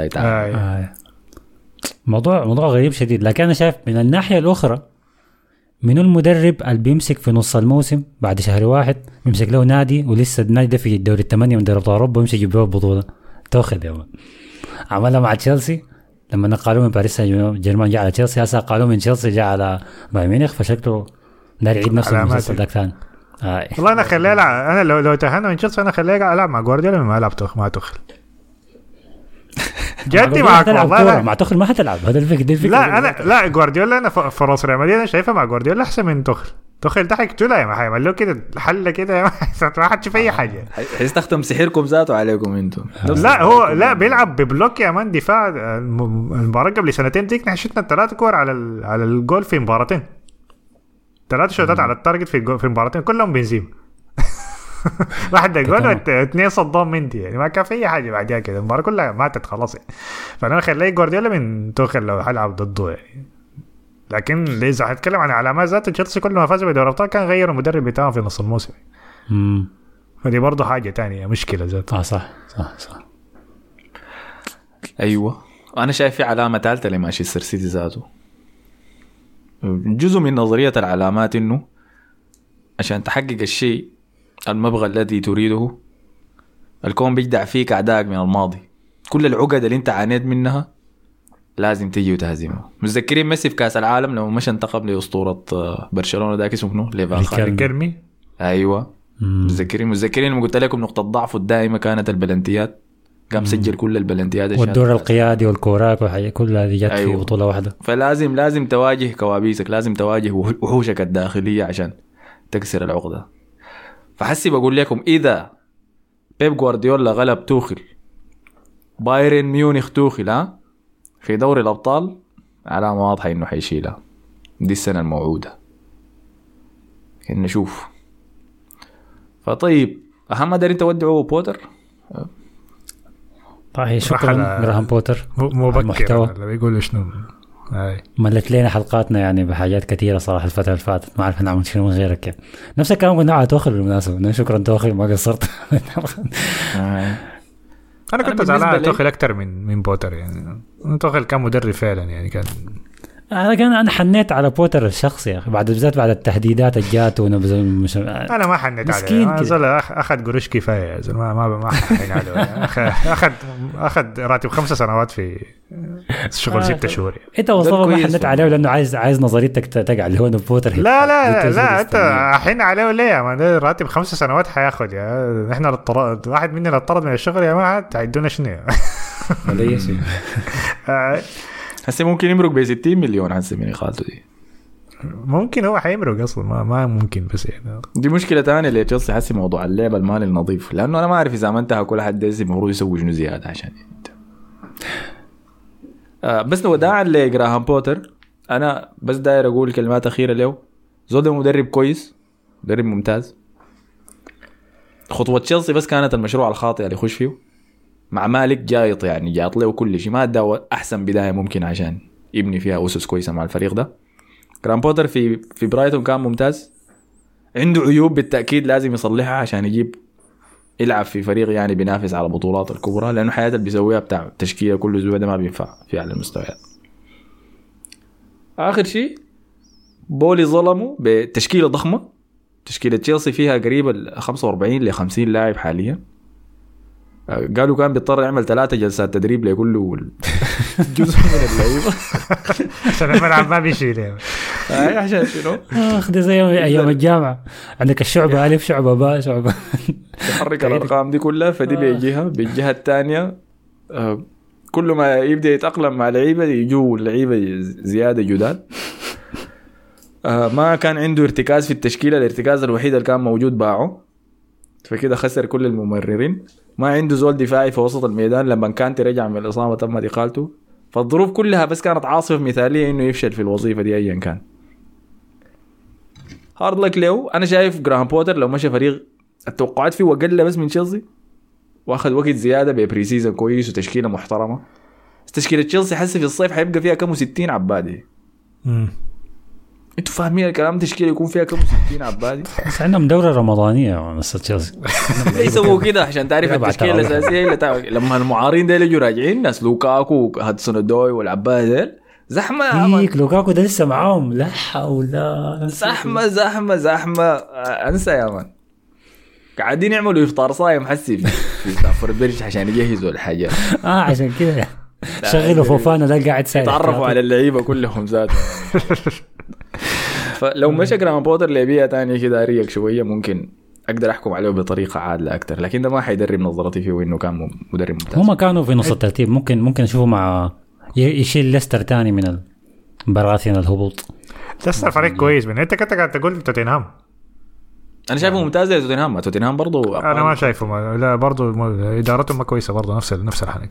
موضوع غريب شديد. لكن انا شايف من الناحيه الاخرى، من المدرب اللي بيمسك في نص الموسم بعد شهر واحد بيمسك له نادي، ولسه النادي ده في الدوري 8 من دوري ابطال اوروبا، ويمشي يجيب له البطوله. توخذ يا مان. عملها مع تشيلسي لما نقلوه من باريس سان جيرمان جاء على تشيلسي، هسه قالوا من تشيلسي جاء على بايرن ميونخ، فشكله داير يعيد نفس المسلسل ده ثاني. والله انا خليه انا لو تهنا من تشيلسي انا خليه العب مع جوارديولا، ما العب مع توخل. جدي معك والله. مع توخل ما حتلعب، هذا الفكر. لا جوارديولا انا فرص ريال مدريد شايفها مع جوارديولا احسن من توخل ده حكتوله يا ما حيعمل له كده الحل كده، ما حتشوف اي حاجه. هيستخدم سحركم ذاته عليكم انتم. لا هو لا بيلعب ببلوك يا مان دفاع. المباراه قبل 2 سنين ديك نحن شفنا 3 كور على الجول في مباراتين، 3 شوطات على التارجت في مباراتين كلهم بنزيم. واحد جول واثنين صدام منتي يعني، ما كان في اي حاجه بعدها كده، المباراه كلها ماتت خلاص يعني. فانا خليه جوارديولا من توخل لو حلعب ضده يعني. لكن اذا هتكلم عن علامات ذات تشيلسي كل ما فاز بدوري الابطال كان غير المدرب بتاعه في نص الموسم. فدي برضه حاجه تانية مشكله ذات. صح. ايوه انا شايف في علامه ثالثه لمانشستر سيتي ذاته. جزء من نظريه العلامات انه عشان تحقق الشيء المبغى الذي تريده، الكون بيجدع فيك أعدائك من الماضي. كل العقد اللي انت عانيت منها لازم تيجي وتهزمها. متذكرين ميسي في كاس العالم لما مش انتخب لأسطورة برشلونة، ذاك اسمه ليفان كيرمي. ايوه متذكرين لما قلت لكم نقطة ضعفه الدائمة كانت البلنتيات، كان مسجل كل البلنتيات والدور القيادي والكوراك وحاجة كلها دي جت في بطولة واحدة. فلازم تواجه كوابيسك، لازم تواجه وحوشك الداخلية عشان تكسر العقدة. فحسي بقول لكم إذا بيب غوارديولا غلب توخل، بايرن ميونخ توخل في دوري الأبطال، علامة واضحة إنه حيشيلها دي السنة الموعودة. نشوف. فطيب أهم دارين تودعوا بوتر. طيب شكرا جراهام بوتر. مبكر اللي بيقولوا شنو ملت لنا حلقاتنا يعني بحاجات كثيرة صراحة الفترة اللي فاتت، ما عارف نعمل شنو من غيرك يعني. نفس الكلام قلنا على توخل بالمناسبة، شكرا توخل ما قصرت. أنا كنت زعلان على توخل أكتر من بوتر يعني. توخل كان مدرب فعلا يعني كان. أنا حنيت على بوتر الشخص يا أخي، بالذات بعد التهديدات الجات مش أنا ما حنيت عليه. أنا أخذ قروش كفاية يا زلمة، ما حنين عليه. أخذ راتب 5 سنوات في شغل 6 شهور. أنت وصفه ما حنيت عليه لأنه عايز نظريتك تقع اللي هو بوتر. لا أنت حين عليه ولا ما راتب 5 سنوات حياخد يا إحنا اضطرد، واحد مننا اضطرد من الشغل يا ما تعدونا شنو ولا يسوي. هسه ممكن يمرق ب 60 مليون هسه من إخالته دي. ممكن هو حيمرق أصلا ما ممكن، بس يعني دي مشكلة تانية اللي تشيلسي حسي موضوع اللعب المالي النظيف، لأنه أنا ما أعرف إذا ما انتهى كل حد دزي المفروض يسوي شنو زيادة عشان بس وداعا لجراهام بوتر. أنا بس داير أقول كلمات أخيرة له. زود مدرب كويس، مدرب ممتاز. خطوة تشيلسي بس كانت المشروع الخاطئ اللي يخش فيه مع مالك جايط، يعني جايط له كل شيء، ما ادى احسن بدايه ممكن عشان يبني فيها اسس كويسه مع الفريق ده. جراهام بوتر في برايتون كان ممتاز، عنده عيوب بالتاكيد لازم يصلحها عشان يلعب في فريق يعني بينافس على بطولات الكبرى، لانه حياته اللي بيسويها بتاع تشكيله كل اسبوع ده ما بينفع في على المستويات. اخر شيء بولي ظلمه بتشكيله ضخمه. تشكيله تشيلسي فيها قريبه 45 ل 50 لاعب حاليا. قالوا كان بيضطر يعمل 3 جلسات تدريب لكل جزء من اللعيبه عشان الملعب ما بيشيل. عشان شنو اخذ زي ايام الجامعه عندك الشعبه الف شعبه باء شعبه تحرك الارقام دي كلها. فدي بالجهه الثانيه كل ما يبدا يتاقلم مع لعيبه يجوا لعيبه زياده جداد. ما كان عنده ارتكاز في التشكيله، الارتكاز الوحيد اللي كان موجود باعه، فكده خسر كل الممررين. ما عنده زول دفاعي في وسط الميدان لما كانت رجع من الإصابة تم إقالته. فالظروف كلها بس كانت عاصفة مثالية إنه يفشل في الوظيفة دي أيا كان. هارد لك له. أنا شايف جراهام بوتر لو مشى فريق التوقعات فيه وقل بس من تشيلسي وأخذ وقت زيادة ببري سيزن كويس وتشكيلة محترمة. تشكيلة تشيلسي حسي في الصيف حيبقى فيها كم 60 عبادي. انتوا فاهمين الكلام؟ تشكيله يكون فيها كم 60 عبادي. بس عندهم دوره رمضانيه بس تشيلسي يسووا كده عشان تعرف التشكيله الاساسيه لما المعارين ديل يجوا راجعين ناس لوكاكو هادسون أودوي والعباد ديل زحمه. هيك لوكاكو ده لسه معاهم، لا حول ولا زحمه انسى يا مان. قاعدين يعملوا افطار صايم حسي في ستانفورد بريدج عشان يجهزوا الحاجه. عشان كده شغلوا فوفانا ده قاعد سايق يتعرفوا على اللعيبه كلهم ذاتهم. فلو مشى جراهام بوتر لعبيه تانية كده ريق شويه ممكن اقدر احكم عليه بطريقه عادله اكتر، لكن ده ما حيدرب نظرتي فيه انه كان مدرب ممتاز. هم كانوا في نص الترتيب، ممكن نشوفه مع يشيل ليستر تاني من المباريات الهبوط. ليستر فريق كويس. من انت كنت قاعد تقول توتنهام، انا شايفه ممتاز يا توتنهام برضو. انا ما شايفه، لا برضو ادارتهم ما كويسه برضو نفس الحاجه.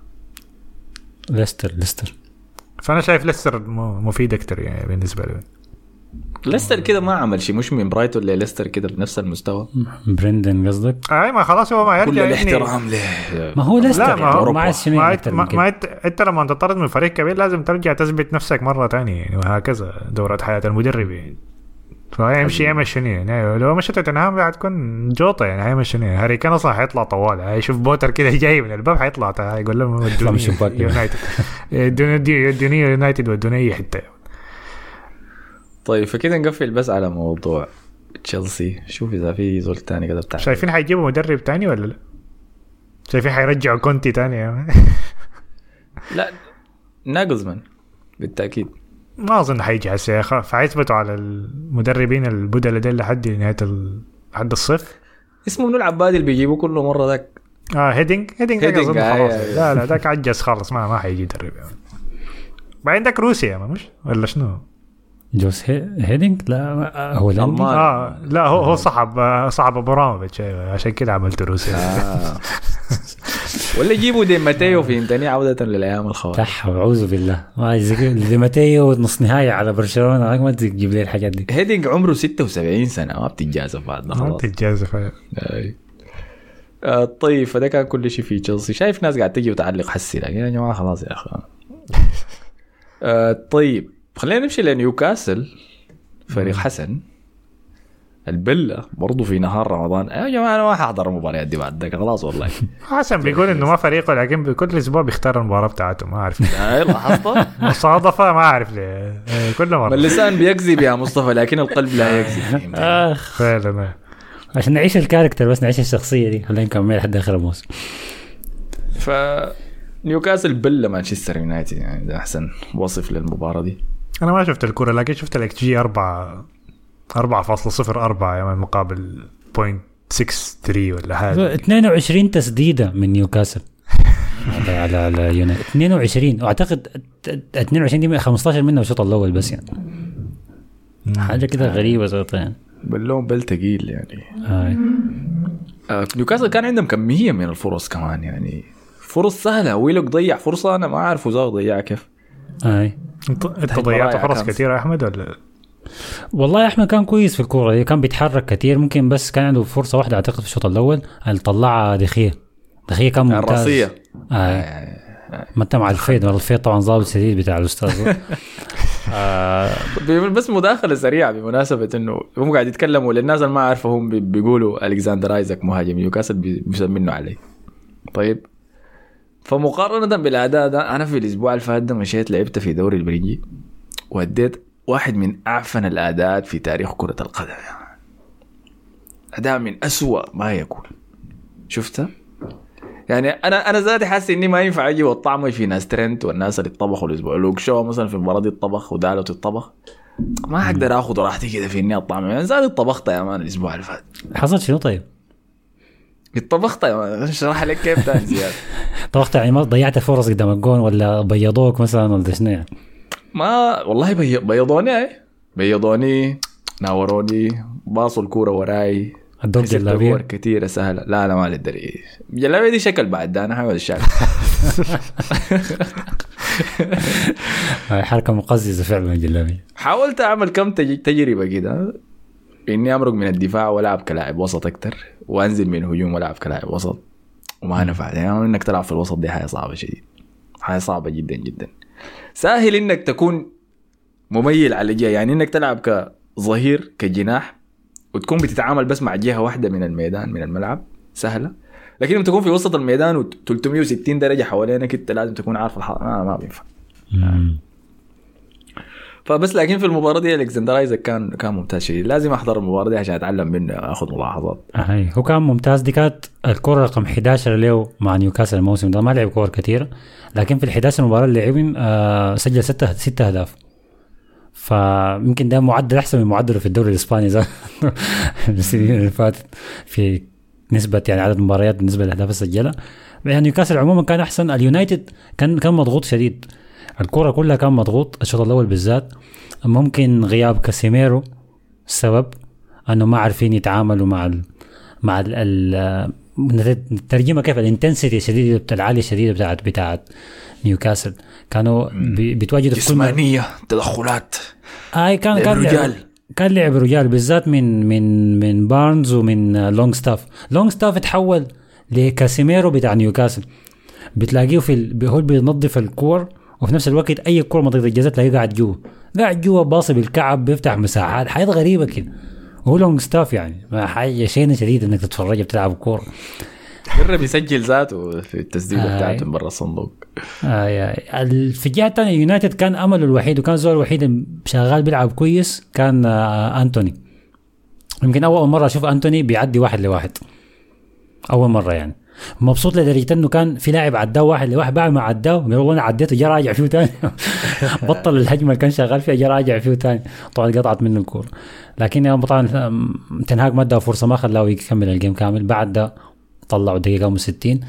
ليستر فانا شايف ليستر مفيد اكتر يعني بالنسبه لي. ليستر كده ما عمل شيء، مش من برايتون ليستر كده بنفس المستوى. بريندن قصدك؟ اي ما خلاص هو ما يرجع كل الاحترام له. ما هو ليستر ما انت لما تطرد من فريق كبير لازم ترجع تثبت نفسك مره تانية يعني، وهكذا دورة حياة المدرب يعني. فهيمشي يمشي يعني لو مشيت توتنهام هتكون جوطه يعني. هيمشي هاري كان اصلا حيطلع طوال، هيشوف بوتر كده جاي من الباب حيطلع هيقول لهم ودوني يونايتد ودوني اي حته. طيب فكده نقفل بس على موضوع تشيلسي. شوف اذا في زول تاني كده بتاع. شايفين حيجيبوا مدرب تاني ولا لا؟ شايفين حيرجعوا كونتي تاني؟ لا ناغلزمان بالتاكيد ما اظن حيجي هسه، فحيثبتوا على المدربين البدلاء ديل لحد نهايه حد الصيف اسمه منو العبادي اللي بيجيبوه كل مرة ذاك؟ هيدينج هيدينج، خلاص. لا ذاك عجز خالص ما حيجي يدرب يعني. بعدين ذاك روسيا مش ولا شنو؟ جوز هيدينج لا هو هولندي. لا هو صاحب ابراموفيتش عشان كده عملت روسيا. ولا يجيبوا دي ماتيو في انتني عودة للأيام الخوارج. أعوذ بالله، ما دي ماتيو نص نهاية على برشلونة، ما تجيب لي الحاجات دي. هيدينج عمره 76 سنة، ما بتتجازف بعدنا خلاص. ما بتتجازف. طيب فده كان كل شيء في تشيلسي. شايف ناس قاعد تجي وتعلق حسي، لكن يا جماعة خلاص يا أخي. طيب خلينا نمشي لنيوكاسل، فريق حسن البلة برضو في نهار رمضان. يا جماعة أنا ما حاضر المباريات دي بعد ذاك خلاص والله. حسن بيقول إنه ما فريقه، لكن بكل أسبوع بيختار المباراة بتاعته، ما أعرف ليه. لاحظت مصادفة ما أعرف ليه كل مرة. اللسان بيكذب يا مصطفى لكن القلب لا يكذب. فعلا عشان نعيش الكاركتر بس، نعيش الشخصية دي، خلينا نكمل لحد آخر الموسم. نيوكاسل بلة مانشستر يونايتد، يعني ده أحسن وصف للمباراة دي. أنا ما شفت الكرة لكن شفت الإكس جي 4.04 يعني مقابل 0.63 ولا حاجة. 22 تسديدة من نيوكاسل على يونايتد 22، واعتقد 22 دي 15 منها الشوط الاول بس، يعني حاجه كده غريبه صراحه يعني. بلهم بل تقيل يعني. نيوكاسل كان عندهم كميه من الفرص كمان، يعني فرص سهله. ويلوك ضيع فرصه انا ما اعرف وزاغ ضيعها كيف. انت ضيعت فرص كثيره يا احمد ولا؟ والله احمد كان كويس في الكوره، كان بيتحرك كثير، ممكن بس كان عنده فرصه واحده اعتقد في الشوط الاول اللي طلعها دخيه كان ممتاز. الراسيه ما انت مع الفيد طبعا ضابط شديد بتاع الاستاذ. بس مداخله سريعه بمناسبه انه هم قاعد يتكلموا للناس اللي ما عارفهم، بيقولوا الكسندر ايزاك مهاجم نيوكاسل بيسمينه عليه. طيب فمقارنه بالاداء ده، انا في الاسبوع اللي فات ده مشيت لعبت في دوري البريجي واديت واحد من اعفن الاداءات في تاريخ كره القدم، يعني اداء من أسوأ ما يكون شفتها. يعني انا ذاتي حاسس اني ما ينفع اجي والطعم في ناس ترنت والناس اللي طبخوا الاسبوع لوك شو مثلا في المباراه دي الطبخ ودالو الطبخ، ما اقدر اخذ راحتي كده في اني الطعم. يعني ذاتي طبخت يا مان الاسبوع اللي فات. حصل شنو طيب؟ الطبخت يا مان، اشرح لك كيف ثاني زياده. طبخت يعني ما ضيعت فرص قدام الجون ولا بيضوك مثلا ولا شنو يعني؟ ما والله بيضوني ناوروني باصوا الكوره وراي الدور جلابيه كثيره سهله. لا ما للدري جلابيه دي شكل بعد ده انا حاول الشكل. حركه مقززه فعلا الجلابيه. حاولت اعمل كم تجربه كده اني امرق من الدفاع والعب كلاعب وسط اكتر وانزل من الهجوم والعب كلاعب وسط وما نفع. يعني انك تلعب في الوسط دي حاجه صعبه شديد، حاجه صعبه جدا جدا. سهل انك تكون مميل على جهه، يعني انك تلعب كظهير كجناح وتكون بتتعامل بس مع جهه واحده من الميدان من الملعب سهله، لكن لما تكون في وسط الميدان و360 درجه حوالينك انت لازم تكون عارف ما بينفع. فبس لكن في المباراه دي الكسندر ايزاك كان ممتاز شديد. لازم احضر المباراه دي عشان اتعلم منه اخذ ملاحظات. هو كان ممتاز. دي كانت الكره رقم 11 له مع نيوكاسل الموسم ده. ما لعب كور كثيره لكن في ال11 مباراه اللي لعبهم سجل 6 اهداف، فممكن ده معدل احسن من معدله في الدوري الاسباني زي السنين اللي فاتت في نسبه يعني عدد مباريات بالنسبه للاهداف السجلها. يعني نيوكاسل عموما كان احسن. اليونايتد كان مضغوط شديد، الكرة كلها كان مضغوط الشوط الأول بالذات. ممكن غياب كاسيميرو السبب أنه ما عارفين يتعاملوا مع الترجمة كيف الانتنسيتي الشديدة العالية الشديدة بتاعت نيوكاسل. كانوا بيتواجدوا في جسمانية تدخلات. كان لعب رجال بالذات من بارنز ومن لونغ ستاف تحول لكاسيميرو بتاع نيوكاسل. بتلاقيه هو بينظف الكور وفي نفس الوقت اي كره منطقه الجزاء تلاقيه قاعد جوا باصي بالكعب بيفتح مساحات حاجات غريبه كده. وهو لونج ستاف يعني ما حاجه شيء شديد انك تتفرج بتلعب كوره. جرب يسجل ذاته في التسديده بتاعته من برا الصندوق. في الجهه الثانيه يونايتد كان امله الوحيد وكان زول الوحيد شغال بيلعب كويس كان أنتوني. يمكن اول مره اشوف أنتوني بيعدي 1-1 اول مره يعني. مبسوط لدرجه انه كان في لاعب عداه واحد لواحد بعد ما عداه والله انا عديته جا راجع فيه تاني بطل الهجمه اللي كان شغال فيها جا راجع فيه تاني طبعا قطعت منه الكوره. لكن طبعا تنهاج ما اداه فرصه ما خلاه يكمل الجيم كامل. بعد ده طلعوا دقيقه 60.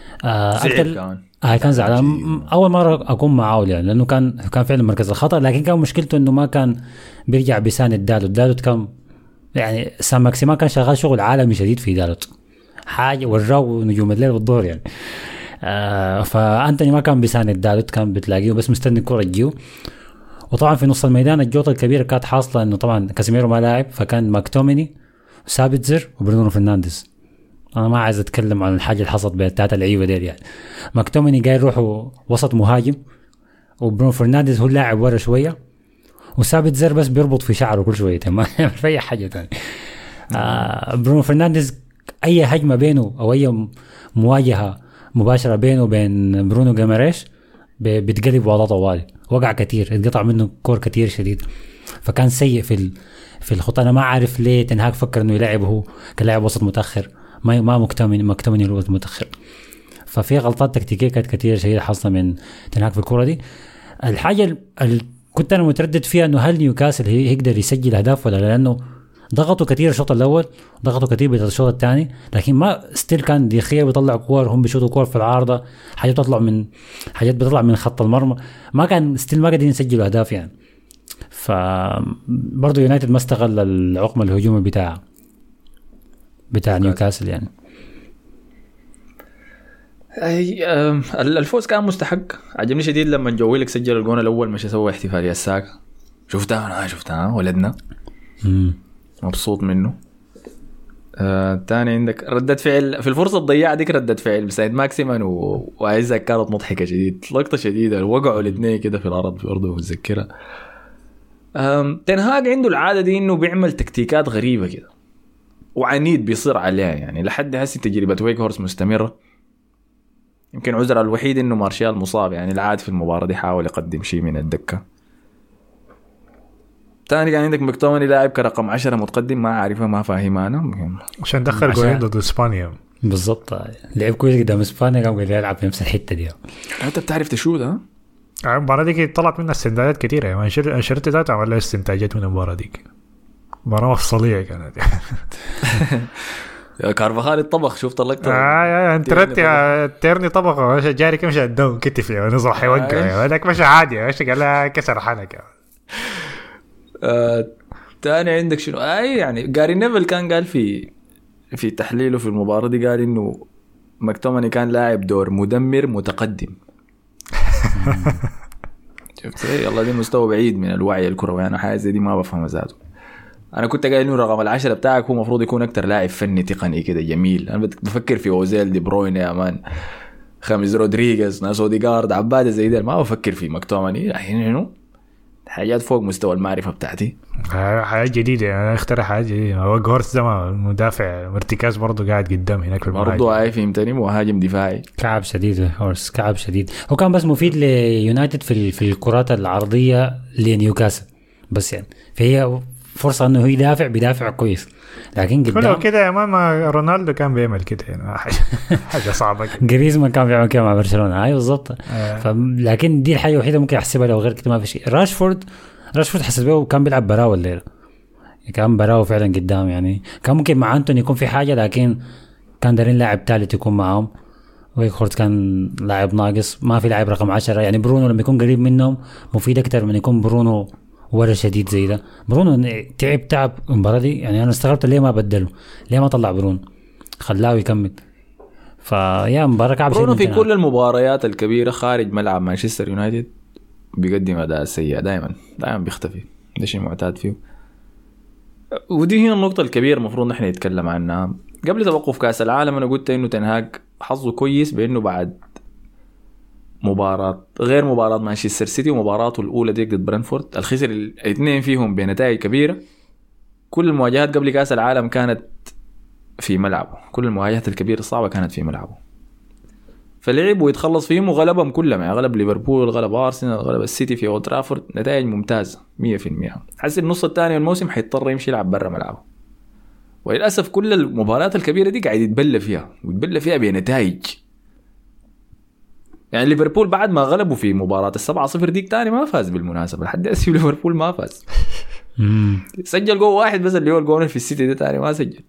كان زعلان اول مره اكون معاه يعني لانه كان فعلا مركز الخطر. لكن كان مشكلته انه ما كان بيرجع بسان دالوت كان يعني سان ماكسيمان كان شغال شغل عالمي شديد في دالوت حاجه وراو نجوم الليل والظهر يعني. فأنتوني ما كان بيساند دالوت كان بتلاقيه بس مستني الكرة تجيه. وطبعا في نص الميدان الجوطة الكبيرة كانت حاصلة انه طبعا كاسيميرو ما لاعب فكان ماكتوميني وسابتزر وبرونو فرنانديز. انا ما عايز اتكلم عن الحاجة اللي حصلت بين الثلاثة اللعيبة ديل يعني. ماكتوميني جاي يروحوا وسط مهاجم وبرونو فرنانديز هو اللاعب ورا شوية وسابتزر بس بيربط في شعره كل شوية ما يعمل في اي حاجة تانية. برونو فرنانديز اي هجمة بينه او اي مواجهة مباشرة بينه وبين برونو جاماريش بتقلب وضع طوالي. وقع كتير اتقطع منه كور كتير شديد فكان سيء في الخطة. انا ما عارف ليه تنهاك فكر انه يلعبه هو كلاعب وسط متأخر ما مكتمن الوقت متأخر. ففي غلطات تكتيكية كانت كتير شديدة حصلة من تنهاك في الكرة دي. الحاجة كنت انا متردد فيها انه هل نيوكاسل يقدر يسجل اهداف ولا لانه ضغطوا كتير الشوط الاول ضغطوا كتير بالشوط الثاني لكن ما ستيل كان ديخيا بيطلع كور هم بيشوطوا كور في العارضه حاجات بتطلع من خط المرمى ما كان ستيل ما قادرين يسجلوا اهداف يعني. فبرضه يونايتد ما استغل العقم الهجومي بتاع نيوكاسل يعني. الفوز كان مستحق. عجبني شديد لما جويلك سجل الجون الاول مش سوى احتفاليه الساك شفتها ولدنا مبسوط منه. تاني عندك ردة فعل في الفرصة الضيعة ديك ردة فعل بسايد ماكسيمان وعايزك كانت مضحكة شديد لقطة شديدة وقعوا الاثنين كده في الأرض في أرضه وتذكرها. تنهاج عنده العادة دي إنه بيعمل تكتيكات غريبة كده وعنيد بيصير عليها يعني لحد هسي تجربة ويك هورس مستمرة. يمكن عذر الوحيد إنه مارشال مصاب يعني العاد في المباراة دي حاول يقدم شيء من الدكة. تاني كان عندك مكتومني لاعب كرقم 10 متقدم ما عارفه ما فاهمه انا عشان دخل جولين ضد اسبانيا بالضبط لعب كويس قدام اسبانيا قام قاعد يلعب في نفس الحته دي. انت بتعرف تشوت ها المباراه دي طلعت منها استنتاجات كثيره يعني انشرت ذاتها ولا استنتاجات من المباراه دي مباراه مفصليه كانت كارفاخال الطبخ شفت اللقطه تيرني طبخه جاري كم شدوا كتفي ونزل حيوقع هذاك مش عادي ايش قال كسر حنك. تاني عندك شنو يعني جاري نيفل كان قال في تحليله في المباراة دي قال انه مكتومني كان لاعب دور مدمر متقدم. شفت يلا دي مستوى بعيد من الوعي الكروي انا حاجه زي دي ما بفهم ذاته. انا كنت قايل انه رقم 10 بتاعك هو مفروض يكون اكتر لاعب فني تقني كده جميل. انا بفكر في اوزيل دي بروين يا مان خامس رودريغيز ناس اوديغارد عباده زي ده ما بفكر في مكتومني الحين حاجات فوق مستوى المعرفة بتاعتي حاجات جديدة أنا اخترع حاجة جديدة. هو جورس ده مدافع مرتكاز برضو قاعد قدام هناك في المهاجم برضو فهمتني مهاجم دفاعي كعب شديد هورس كعب شديد. هو كان بس مفيد ليونايتد في الكرات العرضية لنيوكاسل بس يعني فهي فرصة انه هو بيدافع كويس لكن قدام كده يا ماما رونالدو كان بيعمل كده يعني حاجة صعبة جريزمان كان بيعمل كده مع برشلونة بالضبط. لكن دي الحاجة الوحيدة ممكن احسبها لو غير كده ما في شيء. راشفورد حسبه كان بيلعب براو الليلة كان براو فعلا قدام يعني كان ممكن مع أنتوني يكون في حاجة لكن كان دارين لاعب ثالث يكون معهم. ويكورت كان لاعب ناقص ما في لاعب رقم 10 يعني برونو لما يكون قريب منهم مفيد أكتر من يكون برونو ورا شديد زي ده. برونو تعب المباراة دي يعني أنا استغربت ليه ما بدله ليه ما طلع برونو خلاه يكمل. فيا مباراة كعب برونو في كل المباريات الكبيرة خارج ملعب مانشستر يونايتد بيقدم أداء سيء دائما بيختفي ده شيء معتاد فيه. ودي هي النقطة الكبيرة المفروض نحن نتكلم عنها. قبل توقف كأس العالم أنا قلت إنه تنهاج حظه كويس بإنه بعد مباراة غير مباراة مانشستر سيتي ومباراته الأولى دي ضد برنتفورد الخسر الاثنين فيهم بنتائج كبيرة. كل المواجهات قبل كأس العالم كانت في ملعبه كل المواجهات الكبيرة الصعبة كانت في ملعبه فلعب ويتخلص فيهم وغلبهم كلهم يعني غلب ليفربول غلب أرسنال غلب السيتي في أولد ترافورد نتائج ممتازة 100%. حسب النص الثاني من الموسم حيضطر يمشي يلعب برا ملعبه وللاسف كل المباريات الكبيره دي قاعد يتبلى فيها ويتبلى فيها بنتائج. يعني ليفربول بعد ما غلبوا في مباراه 7-0 ديك تاني ما فاز بالمناسبه لحد هسه. ليفربول ما فاز سجل جول واحد بس اللي هو الجول في السيتي ده تاني ما سجل.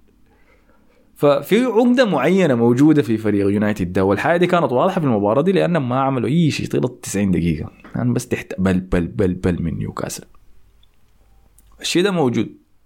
ففي عقده معينه موجوده في فريق يونايتد ده والحاجه دي كانت واضحه في المباراه دي لانهم ما عملوا اي شيء طيله 90 دقيقه. يعني بس تحت بل من نيوكاسل. الشيء ده موجود.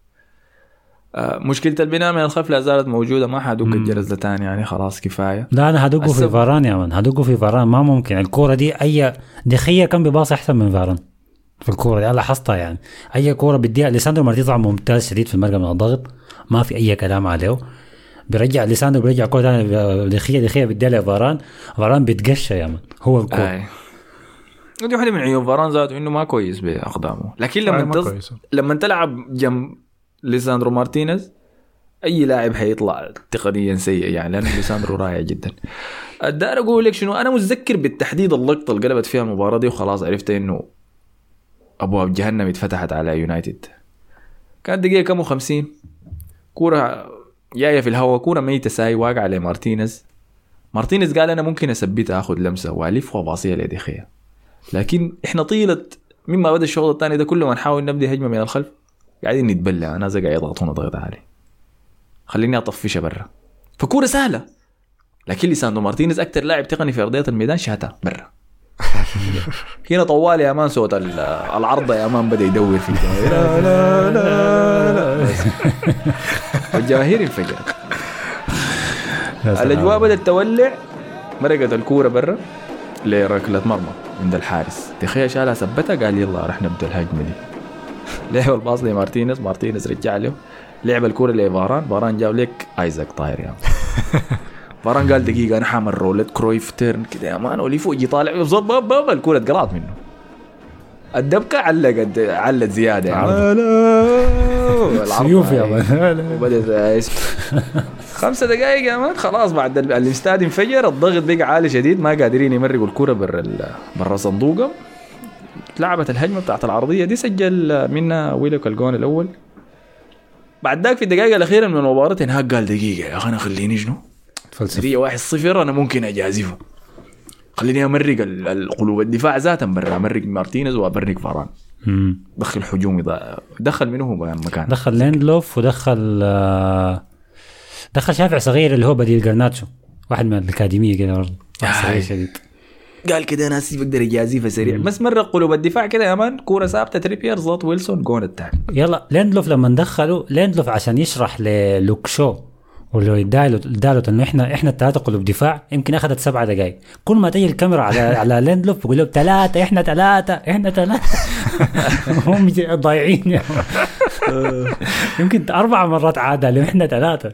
مشكله البناء من الخلف لا زالت موجوده. ما حدوق الجرس ده تاني يعني خلاص كفايه. لا انا هدقه في فاران يا من هدقه في فاران. ما ممكن الكوره دي اي دخيه كان بيباص احسن من فاران في الكوره دي. انا لاحظتها يعني اي كوره بديها ليساندرو مارتينيز طبعا ممتاز شديد في المرقه من الضغط ما في اي كلام عليه. بيرجع ليساندرو بيرجع كوره ثانيه دخيه بديها لفاران. فاران بيتقشى يا من هو الكوره. ودي واحده من عيوب فاران ذاته انه ما كويس باقدامه. لكن لما تلعب جنب ليساندرو مارتينيز اي لاعب هيطلع تقنيا سيء يعني لانه ليساندرو رائع جدا. أقدر اقول لك شنو انا متذكر بالتحديد اللقطه اللي قلبت فيها المباراه دي وخلاص عرفت انه ابواب جهنم اتفتحت على يونايتد. كانت دقيقه كم 50 كوره جايه في الهواء كوره ميته ساي واقع على مارتينيز قال انا ممكن اثبتها اخذ لمسه والف وباصيه لدخيه. لكن احنا طيله مما بدا الشوط الثاني ده كله ما نحاول نبدا هجمه من الخلف قاعدين نتبلى. انا زي قاعد يضغطونا ضغط عالي خليني اطفشها برا. فكوره سهله لكن لساندرو مارتينيز اكثر لاعب تقني في ارضيه الميدان شاتها برا. هنا طوال يا مان صوت العرضه يا مان بدا يدور في الجماهير. لا لا لا لا الجماهير انفجرت. الاجواء بدات تولع. مرقت الكوره برا لركله مرمى عند الحارس. تخيل شالها ثبتها قال يلا رح نبدا الهجمه دي. لعب الباص لمارتينيز رجع له لعب الكوره لفاران جاب لك ايزاك طاير يا فاران قال دقيقه انا حامل رولت كرويف تيرن كده يا مان ولي فوق يجي طالع بالضبط الكوره اتقلعت منه. الدبكه علت زياده يعني سيوف يا مان. وبدأ 5 دقائق يا مان خلاص بعد الاستاد انفجر. الضغط بقى عالي شديد ما قادرين يمرقوا الكوره برا صندوقهم. لعبت الهجمه بتاعت العرضيه دي سجل منها ويلوك الجون الاول. بعد ذاك في الدقائق الاخيره من المباراه هناك قال دقيقه يا اخي انا خليني شنو فلسفه 1-0 انا ممكن اجازفه. خليني امرق القلوب الدفاع ذاتها برا امرق مارتينيز وابرق فاران. دخل هجومي دخل منه مكان دخل ليندلوف ودخل شافع صغير اللي هو بديل جرناتشو واحد من الاكاديميه كده برضه صغير شديد. قال كده ناس بقدر يجازفه سريع بس مرق قلوب الدفاع كده يا مان. كوره ثابته تريبير ضغط ويلسون جون الثاني. يلا ليندلوف لما دخلوا ليندلوف عشان يشرح للوكشو ولو يدالوا انه احنا الثلاثه قلوب دفاع يمكن اخذت 7 دقائق. كل ما تيجي الكاميرا على ليندلوف بيقول لهم 3 احنا 3 هم ضايعين يمكن 4 مرات عاد لهم احنا 3.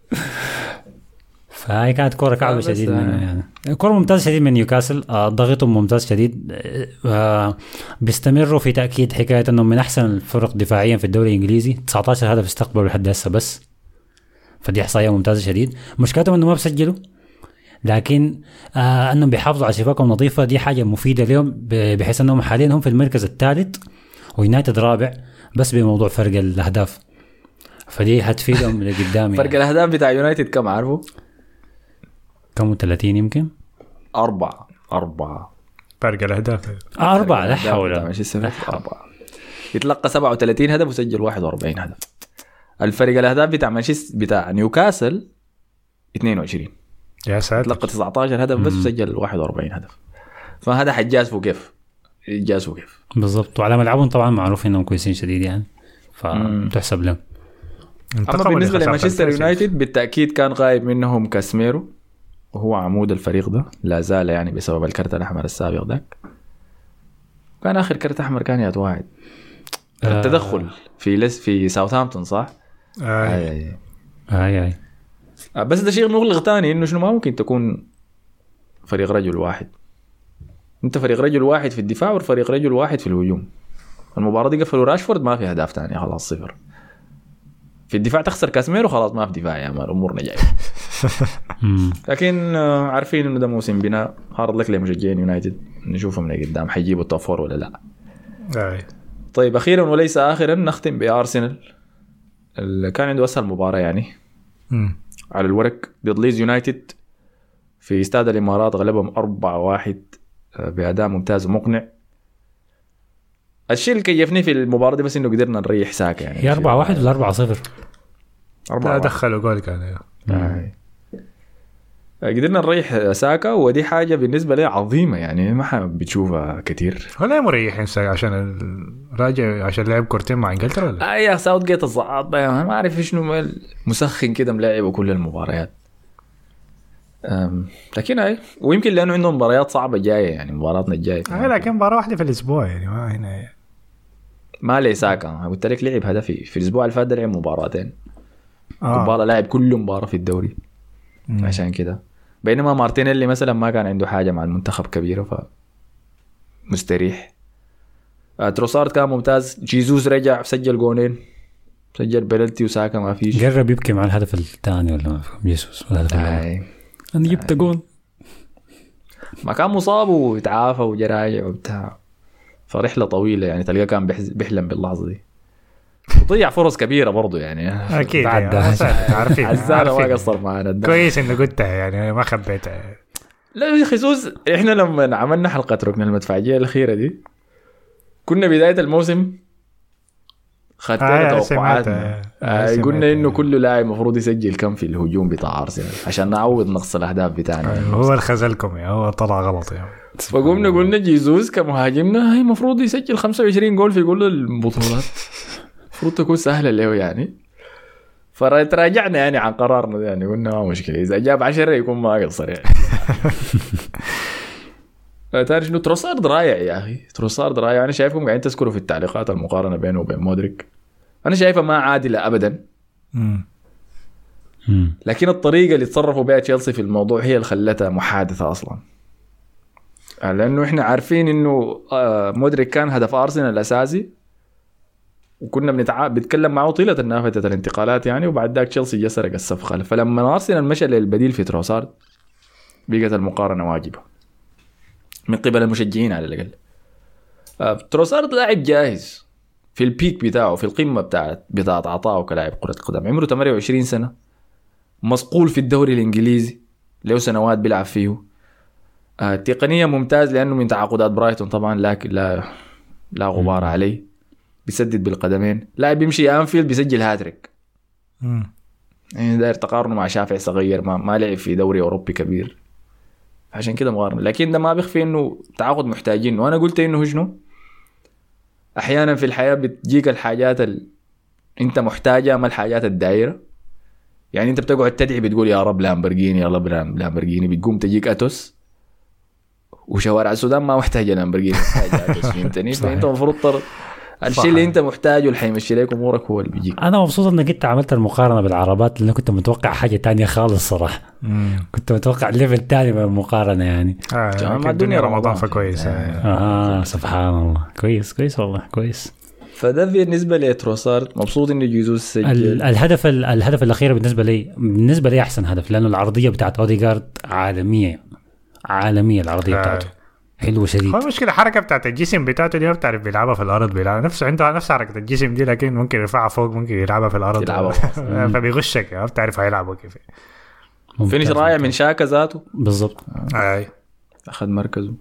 فهي كانت كوره كعبه شديد منه يعني كوره ممتازه شديد من نيوكاسل. ضغطهم ممتاز شديد. بيستمروا في تاكيد حكايه انهم من احسن الفرق دفاعيا في الدوري الانجليزي. 19 هدف استقبلوا لحد هسه بس. فدي احصائيه ممتازه شديد. مشكلتهم انه ما بيسجلوا لكن انهم بيحافظوا على شباكهم نظيفه. دي حاجه مفيده لهم بحيث انهم حاليا هم في المركز الثالث ويونايتد رابع بس بموضوع فرق الاهداف. فدي هتفيدهم لقدام. فرق الاهداف بتاع يونايتد كم عارفه؟ كم 30 يمكن 4 فرق الاهداف 4 لا حول 4 يتلقى 37 هدف وسجل 41 هدف. الفرق الاهداف بتاع نيوكاسل 22 يا ساتر. يتلقى 19 هدف بس وسجل 41 هدف. فهذا حجازفوا كيف بالضبط. وعلى ملعبهم طبعا معروف انهم كويسين شديد يعني فتحسب لهم. اما بالنسبه لمانشستر يونايتد بالتاكيد كان غايب منهم كاسميرو وهو عمود الفريق ده لا زال يعني بسبب الكرت الاحمر السابق ذاك. كان اخر كرت احمر كان يتواعد التدخل في ساوثهامبتون صح؟ اي بس ده شيء مغلق تاني انه شنو ما ممكن تكون فريق رجل واحد. انت فريق رجل واحد في الدفاع وفريق رجل واحد في الهجوم. المباراة دي قفلوا راشفورد ما في اهداف تانية خلاص 0. في الدفاع تخسر كاسميرو خلاص ما في دفاع يا مان امورنا جايه. لكن عارفين انه ده موسم بناء. هارد لك لمشجعين يونايتد نشوفهم من قدام حيجيبوا التوب فور ولا لا. طيب اخيرا وليس اخرا نختم بارسنال كان عنده اسهل مباراه يعني على الورق ضد ليدز يونايتد في استاد الامارات، غلبهم 4-1 باداء ممتاز ومقنع. الشيء اللي كيفني في المباراه دي بس انه قدرنا نريح ساكا يعني. هي 4-1 ولا 4-0؟ لا دخلوا جول كان. قدرنا نريح ساكا، ودي حاجه بالنسبه لي عظيمه يعني ما بتشوفها كتير. ولا مريحين ساكا عشان الراجع عشان لعب كورتين مع انجلترا ولا؟ يا ساوث جيت الصعاد ما اعرف شنو مسخن كده ملاعبه كل المباريات. لكن هاي ويمكن لانه عندهم مباريات صعبه جايه يعني مباراتنا الجايه. لكن مباراه واحده في الاسبوع يعني ما هنا ما لي ساكا قلت لك لعب هدفي في الاسبوع اللي فات لعب مباراتين. كوبالا لاعب كل مباراه في الدوري عشان كده. بينما مارتينيلي مثلا ما كان عنده حاجه مع المنتخب كبيره فمستريح. تروسارد كان ممتاز. جيزوس رجع سجل جونين، سجل بلنتي وساكا ما فيش. جرب يبكي مع الهدف الثاني ولا جيسوس ولا الهدف الاول. انا جبت جون ما كان مصاب ويتعافى وجراجع وبتاع، فرحله طويله يعني تلقاه كان بيحلم باللحظه دي. وضيع فرص كبيره برضو يعني. اكيد عارفين عزالة ما قصر معنا. كويس انه قلتها يعني ما خبيتها. لا خصوص احنا لما عملنا حلقه ركن المدفعيه الاخيره دي كنا بدايه الموسم خدتنا توقعاتنا. قلنا انه كل لاعب مفروض يسجل كم في الهجوم بتاع ارسنال عشان نعوض نقص الاهداف بتاعنا. هو اللي خذلكم يعني، هو طلع غلط يعني. فقمنا قلنا جيزوس كمهاجمنا هي مفروض يسجل 25 جول في كل البطولات، مفروض تكون سهله له يعني. فتراجعنا يعني عن قرارنا يعني، قلنا ما مشكله اذا جاب 10 يكون ما قصر يعني. تعرف انه تروسارد رائع يا اخي، تروسارد رائع. انا شايفكم قاعدين تذكروا في التعليقات المقارنه بينه وبين مودريك، انا شايفها ما عادله ابدا. لكن الطريقه اللي تصرفوا بها تشيلسي في الموضوع هي اللي خلتها محادثه اصلا، لانه احنا عارفين انه مودريك كان هدف ارسنال الاساسي، وكنا بنتكلم معه طيله النافذه الانتقالات يعني، وبعد ذاك تشيلسي جا سرق الصفقه. فلما ارسنال مشى للبديل في تروسارد بقت المقارنه واجبه من قبل المشجعين على الأقل. تروسارد لاعب جاهز في البيك بتاعه، في القمة بتاعت عطائه كلاعب كرة قدم. عمره 28 سنة، مصقول في الدوري الإنجليزي له سنوات بيلعب فيه. تقنية ممتاز لأنه من تعاقدات برايتون طبعا، لكن لا غبار عليه. بيسدد بالقدمين، لاعب بيمشي أنفيلد بيسجل هاتريك. يعني داير تقارنه مع شافعي صغير ما لعب في دوري أوروبي كبير، عشان كده مقارنة. لكن ده ما بيخفي انه تعاقد محتاجين. وانا قلت انه شنو احيانا في الحياة بتجيك الحاجات انت محتاجها ما الحاجات الدائرة. يعني انت بتقعد تدعي بتقول يا رب لامبرجيني يا رب لامبرجيني، بتقوم تجيك اتوس. وشوارع السودان ما محتاجة لامبرجيني، محتاجة اتوس. فهمتني؟ فانت المفروض الشيء اللي انت محتاجه اللي حيمشي لك امورك هو اللي بيجيك. انا مبسوط انك انت عملت المقارنه بالعربات، لانه كنت متوقع حاجه تانية خالص صراحه. كنت متوقع ليفل تاني من المقارنه يعني. مع الدنيا رمضان فكويس. سبحان الله. كويس والله كويس. فده بالنسبه لتروسارد. مبسوط انه جيزوس سجل الهدف الاخير بالنسبه لي احسن هدف، لانه العرضيه بتاعت اوديغارد عالميه العرضيه بتاعته حلو شديد. هو المشكلة حركة بتاعت الجسم بتاعته دي ما بتعرف بيلعبها في الأرض، بيلعب نفسه عنده نفس حركة الجسم دي، لكن ممكن يرفعها فوق ممكن يلعبها في الأرض فبيغشك ما بتعرف هيلعبه كيف. فينيش رائع من شاكا ذاته بالضبط. أخذ مركزه.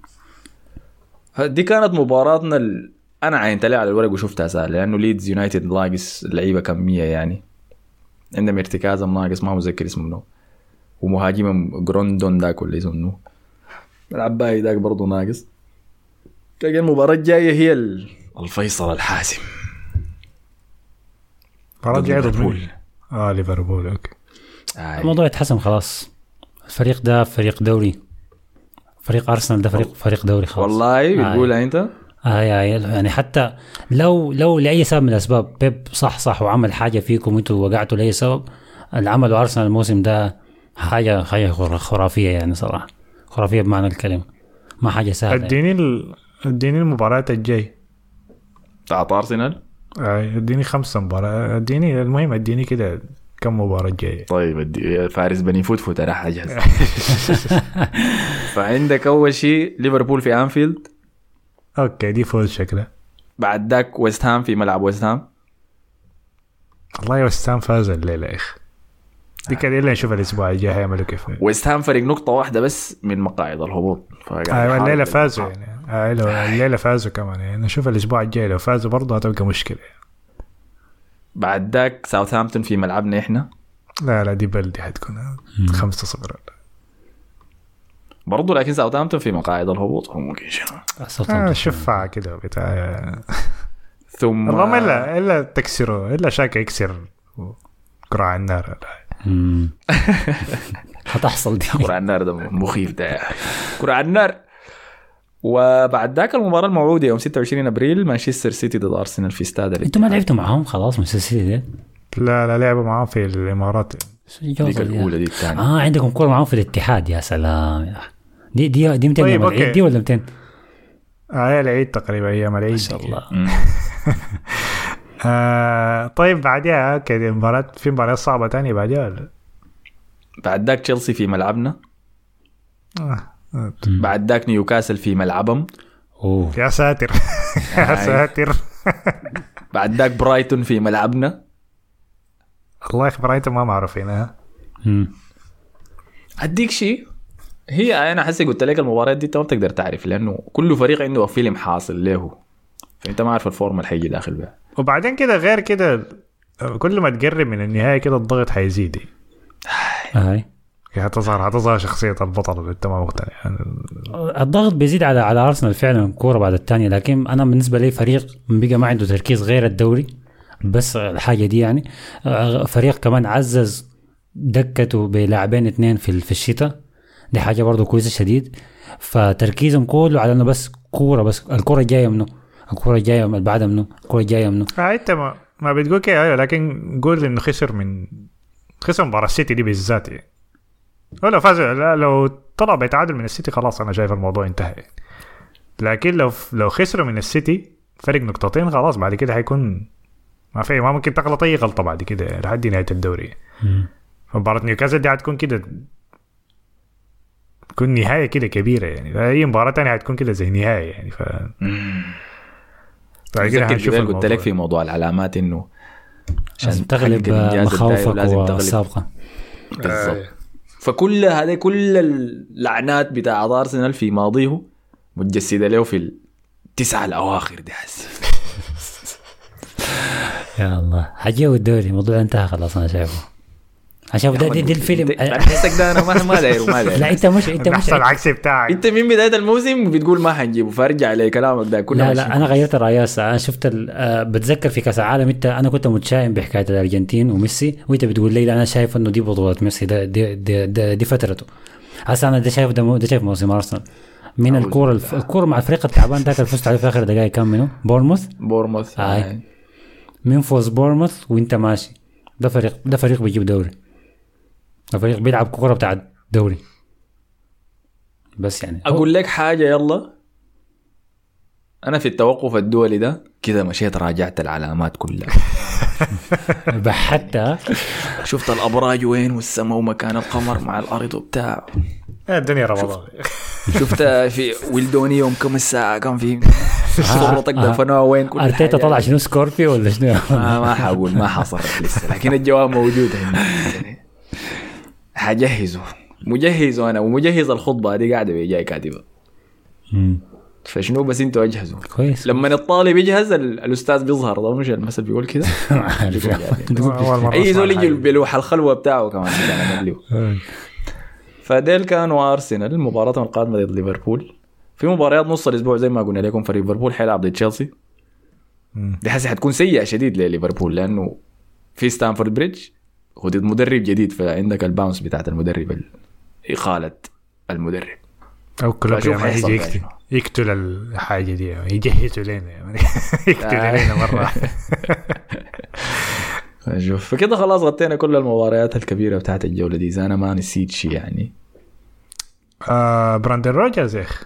دي كانت مباراتنا أنا عينت عليها على الورق وشفتها سهل، لأنه ليدز يونايتد ناقص اللعيبة كمية يعني، عندهم ارتكاز ناقص ما متذكر اسمه منه، ومهاجم جروندون داك ولا اسمه منه، العباي داك برضو ناقص. لكن المباراة الجاية هي الفيصل الحاسم. المباراة الجاية ليفربول. ليفربول اوكي. الموضوع يتحسم خلاص. الفريق ده فريق دوري، فريق أرسنال ده فريق دوري خلاص. والله بتقولها انت؟ يعني حتى لو لأي سبب من الأسباب بيب صح وعمل حاجة فيكم وانتوا وقعتوا لأي سبب، العمل أرسنال الموسم ده حاجة خرافية يعني صراحة، خرافية بمعنى الكلمة، ما حاجة سهلة. اديني المباراة الجاي بتاعت أرسنال. اديني 5 مباراة، المهم اديني كده كم مباراة الجاي. طيب فارس بني فوت راح أجهز. فعندك أول شيء ليفربول في أنفيلد. اوكي دي فوز شكله. بعد ذاك ويست هام في ملعب ويست هام. والله ويست هام فاز الليله يا اخي. دي كده اللي نشوف الاسبوع الجاي هيعملوا كيف. ويست هام فرق نقطة واحدة بس من مقاعد الهبوط. ايوه الليله فازوا يعني. الليله فازوا كمان يعني. نشوف الاسبوع الجاي لو فازوا برضه هتبقى مشكله. بعد ذاك ساوثهامبتون في ملعبنا احنا. لا دي بلدي حتكون 5-0 برضه. لكن ساوثهامبتون في مقاعد الهبوط ممكن شفعة كده بتاع. ثم الرغم إلا تكسره إلا شاك يكسر كرة النار. هتحصل دي. كرة النار ده مخيف ده. كرة النار. وبعد ذاك المباراة الموعودة يوم 26 أبريل مانشستر سيتي ضد أرسنال في استاد. أنتوا ما لعبتوا معهم خلاص مانشستر سيتي ده؟ لا لعبوا معهم في الإمارات. ديك الأولى دي الثانية. عندكم كرة معهم في الاتحاد. يا سلام. دي 200 طيب يوم العيد دي ولا 200؟ هي العيد تقريبا أيام العيد. ما شاء الله. طيب بعدها كده مباراة في مباراة صعبة تانية بعدها. بعد ذاك تشيلسي في ملعبنا. بعد ذاك نيوكاسل في ملعبهم. يا ساتر. يا ساتر. بعد ذاك برايتون في ملعبنا. الله يخبر برايتون ما معروفينها. أديك شيء. هي أنا حسي قلت لك المباراة دي ما بتقدر تعرف لأنه كل فريق عنده فيلم حاصل له. فأنت ما عارف الفورمة اللي حيجي داخل بها. وبعدين كده غير كده كل ما تقرب من النهاية كده الضغط حيزيد. هاي هتظهر شخصية البطل. انت ما مقتنع يعني. الضغط بيزيد على أرسنال فعلا كورة بعد الثانية. لكن أنا بالنسبة لي فريق بقى ما عنده تركيز غير الدوري بس الحاجة دي يعني. فريق كمان عزز دكته بلاعبين 2 في الشتاء. دي حاجة برضو كويسة شديد. فتركيزهم كله على انه بس كورة. بس الكورة جاية منه. الكورة جاية من بعدها منه. الكورة جاية منه. انت ما بتقول كده ايوه. لكن قول انه خسر مباراة السيتي دي بالذات يعني. ولا فاز لو طلع بيتعادل من السيتي خلاص انا شايف الموضوع انتهى. لكن لو خسروا من السيتي فرق 2 نقطة خلاص بعد كده هيكون ما ممكن تغلط اي غلطة بعد كده لحد نهاية الدوري. مباراة نيوكاسل دي هتكون كده تكون نهاية كده كبيرة يعني. أي مباراة تانية هتكون كده زي نهاية يعني. قلت لك في موضوع العلامات إنه عشان تغلب مخاوفك والسابقة بالضبط. فكل هذه كل اللعنات بتاع أرسنال في ماضيه متجسدة له في 9 الأواخر دي حس. يا الله حاجة الدوري موضوع انتهى خلاص. أنا شايفه عشان دي الفيلم حسك ده انا ما داير لا انت مش العكس بتاعك. انت من بدايه الموسم بتقول ما حنجيبه فارجع على كلامك ده كله. لا انا غيرت رايي. انا شفت بتذكر في كاس العالم انا كنت متشائم بحكايه الارجنتين وميسي وانت بتقول لي انا شايف انه دي بطوله ميسي دي فترته. هسه انا ده شايف موسم ارسنال من الكوره مع الفريق التعبان ذاك اللي فزت عليه في اخر دقائق. كم منه بورموث من فوز بورموث وانت ماشي. ده فريق بيجيب دوري. الفريق بيلعب كورة بتاع الدوري بس يعني. أقول لك حاجة يلا. أنا في التوقف الدولي ده كده مشيت راجعت العلامات كلها. بحتى شفت الأبراج وين والسماء ومكان القمر مع الأرض وبتاع. الدنيا رمضان. شفت في ويلدونيوم كم الساعة كان في صورتك دفنوها وين كل حاجة. أرتيتا طلع شنو سكوربي ولا شنو؟ ما حقول ما حصل لسه لكن الجواب موجود هنا. حجهزه مجهزه أنا ومجهز الخطبة دي قاعدة بيجاي كاتبة. فشنو بس انتوا اجهزوا كويس. لما الطالب يجهز الاستاذ بيظهر. ده مش المثل بيقول كده. اي زول يجي بلوح الخلوه بتاعه كمان فديل كانوا ارسنال مباراتهم القادمه ضد ليفربول. في مباريات نص الاسبوع زي ما قلنا لكم فريق ليفربول حيلعب ضد تشيلسي. دي حاسه حتكون سيئه شديد لليفربول لانه في ستانفورد بريدج وضد مدرب جديد فعندك الباونس بتاعت المدرب اقاله المدرب او كلوب يجي يقتل الحاجه دي يجهزوا لنا يقتل لنا مره. شوف فكده خلاص غطينا كل المباريات الكبيره بتاعت الجوله دي. انا ما نسيت شيء يعني. براندن روجرز يا اخي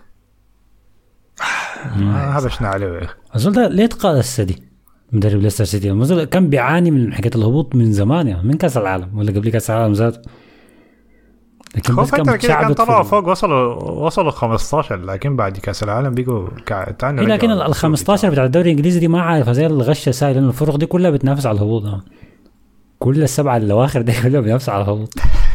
هبشنا عليه يا اخي. اظن ده ليه تقال السدي مدرب ليستر سيتي. الموضوع كان بيعاني من حكايه الهبوط من زمان يعني من كاس العالم ولا قبل كاس العالم ذاته. لكن بس كان طلعوا فوق وصلوا 15 لكن بعد كاس العالم بيجوا لكن ال 15 بتاع الدوري الانجليزي دي ما عارف زي الغشه ساي لان الفرق دي كلها بتنافس على الهبوط. كل السبعة الأواخر ده كلهم بنفس على الهبوط.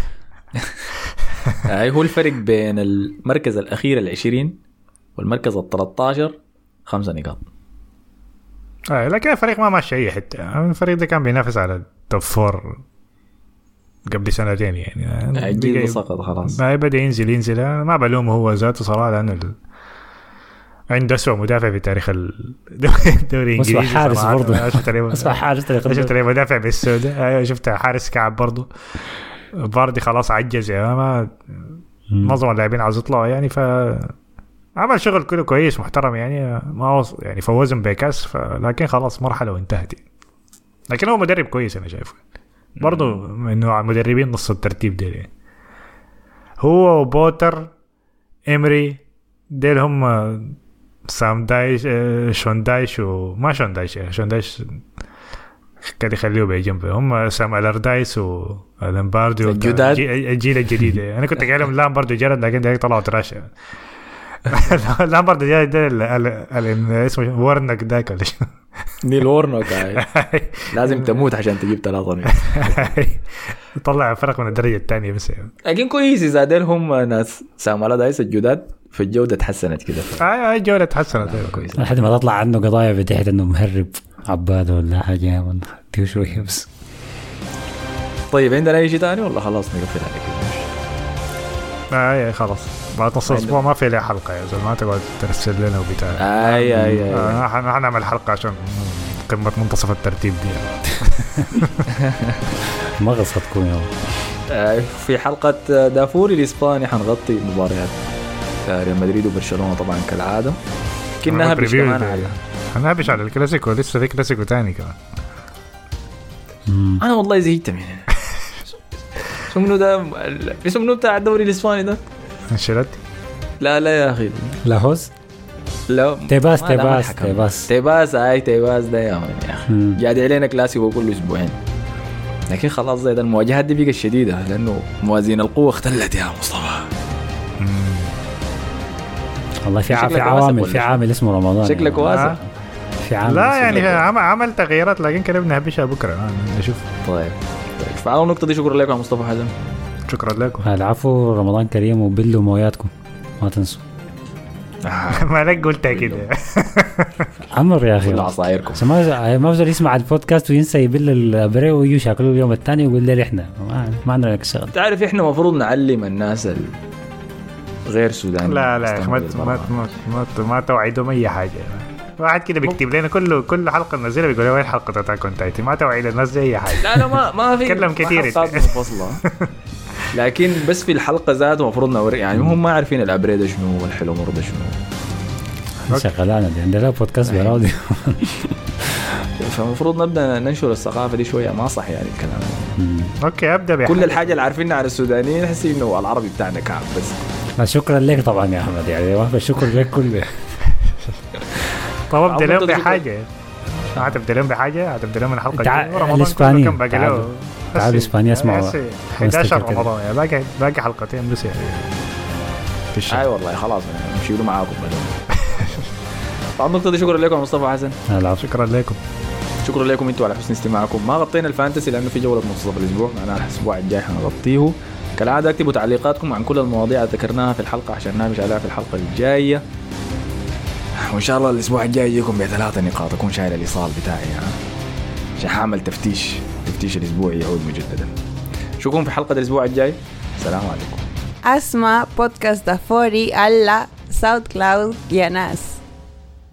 هو الفرق بين المركز الأخير 20 والمركز 13 5 نقاط. لكن الفريق ما ماشي أي حتة. الفريق ده كان بينافس على التوب 4 قبل سنتين يعني. الجيل سقط خلاص. بدأ ينزل. ما بلومه هو ذاته صراحة لأنه عنده أسوأ مدافع في تاريخ الدوري الإنجليزي. أسوأ حارس برضه. أسوأ حارس. شفت لي مدافع بالسوداء. شفت حارس كعب برضه خلاص عجز يعني. ما معظم اللاعبين عاوز يطلعوا يعني. عمل شغل كله كويس محترم يعني. ما يعني فوزهم بكاس لكن خلاص مرحلة وانتهت. لكن هو مدرب كويس أنا شايفه برضو إنه مدربين نص الترتيب ده يعني. هو وبوتر إمري ديل هم سام دايش شون دايش وما شون دايش كان يخليه بجنبه. هم سام ألردايس ولامباردو الجيل الجديد. أنا كنت قايل لهم لامباردو جرد لكن ده طلعوا تراشة. لامباردو جرد ده اسمه وورنك داك ولا شو نيل وورنوك. لازم تموت عشان تجيب 3 طلع فرق من الدرجة الثانية بس. لكن كويس إذا ديلهم ناس سامالا دايس الجداد في الجودة تحسنت كده. الجودة تحسنت كويس. لحد ما تطلع عنه قضايا بتحت إنه مهرب عباد ولا حاجة دي شوية بس. طيب عندنا أي شيء تاني ولا خلاص نقفل على كده؟ خلاص بعد نص أسبوع ما في لها حلقة يا زلمة. ما تقعد ترسل لنا وبتاع. أي هنعمل حلقة عشان قمة منتصف الترتيب دي. ما غصت تكون يوم. في حلقة دافوري الإسباني حنغطي مباريات ريال مدريد وبرشلونة طبعا كالعادة. كنا هبش كمان هنهبش على الكلاسيكو. لسه في كلاسيكو تاني كمان. أنا والله زهقت من شو ده اسمه بتاع الدوري الإسباني ده انشيلوتي. لا يا أخي لاهوز لا تيباس ده يا أخي قاعد علينا كلاسيكو كل أسبوعين. لكن خلاص زي المواجهات دي بقى الشديدة لأنه موازين القوة اختلت يا مصطفى. والله في عامل اسمه رمضان. شكلك واسع. في عامل لا يعني عمل تغييرات لكن كده بنهبشها بكرة نشوف. طيب فعلى النقطة دي شكرا لكم مصطفى حسن. شكرا لكم. العفو. رمضان كريم وبلوا موياتكم ما تنسوا. ما لك قلتها كده. عمر يا أخي عصايركم ما بزول يسمع البودكاست وينسى يبل الأبري ويجوا شاكلوا اليوم الثاني ويقول لي إحنا ما عندنا لك الشغل. تعرف إحنا مفروض نعلم الناس غير سوداني. لا ما توعدهم أي حاجة. واحد كده بيكتب لنا كل حلقة ننزلها بيقول وين حلقة أتاك أون تايتن. ما توعد الناس أي حاجة. لا ما في كلام كتير لكن بس في الحلقة ذاته مفروض نوري يعني هم ما عارفين الأبري ده شنو والحلو مرضى شنو. شغلانة دي عندنا بودكاست براودي. فمفروض نبدأ ننشر الثقافة دي شوية. ما صح يعني الكلام. أوكي أبدأ كل الحاجة اللي عارفينها عن السودانيين نحس إنه العربي بتاعنا كعب بس. شكرا لك طبعا يا أحمد يعني ما شكرا لك كله. طب أبدأ لهم بحاجة. هتبدأ لهم بحاجة. هتبدأ لهم الحلقة الإسبانية. تعال إسبانيا اسمعوا 11 رمضان يعني باقي حلقتين بس يعني في الشهر. والله خلاص نشيلوا معاكم طبعا النقطة دي شكرا لكم مصطفى حسن. شكرا لكم. شكرا لكم انتوا على حسن استماعكم. ما غطينا الفانتسي لأنه في جولة منتصف الأسبوع. أنا الأسبوع الجاي حنغطيه كالعادة. اكتبوا تعليقاتكم عن كل المواضيع اللي ذكرناها في الحلقة عشان نامش عليها في الحلقة الجاية. وإن شاء الله الأسبوع الجاي يجيكم ب3 نقاط. أكون شايل الإيصال بتاعي عشان حامل تفتيش الأسبوع يعود مجددا. شوفكم في حلقة الأسبوع الجاي. السلام عليكم. اسمع بودكاست دافوري على ساوند كلاود يا ناس.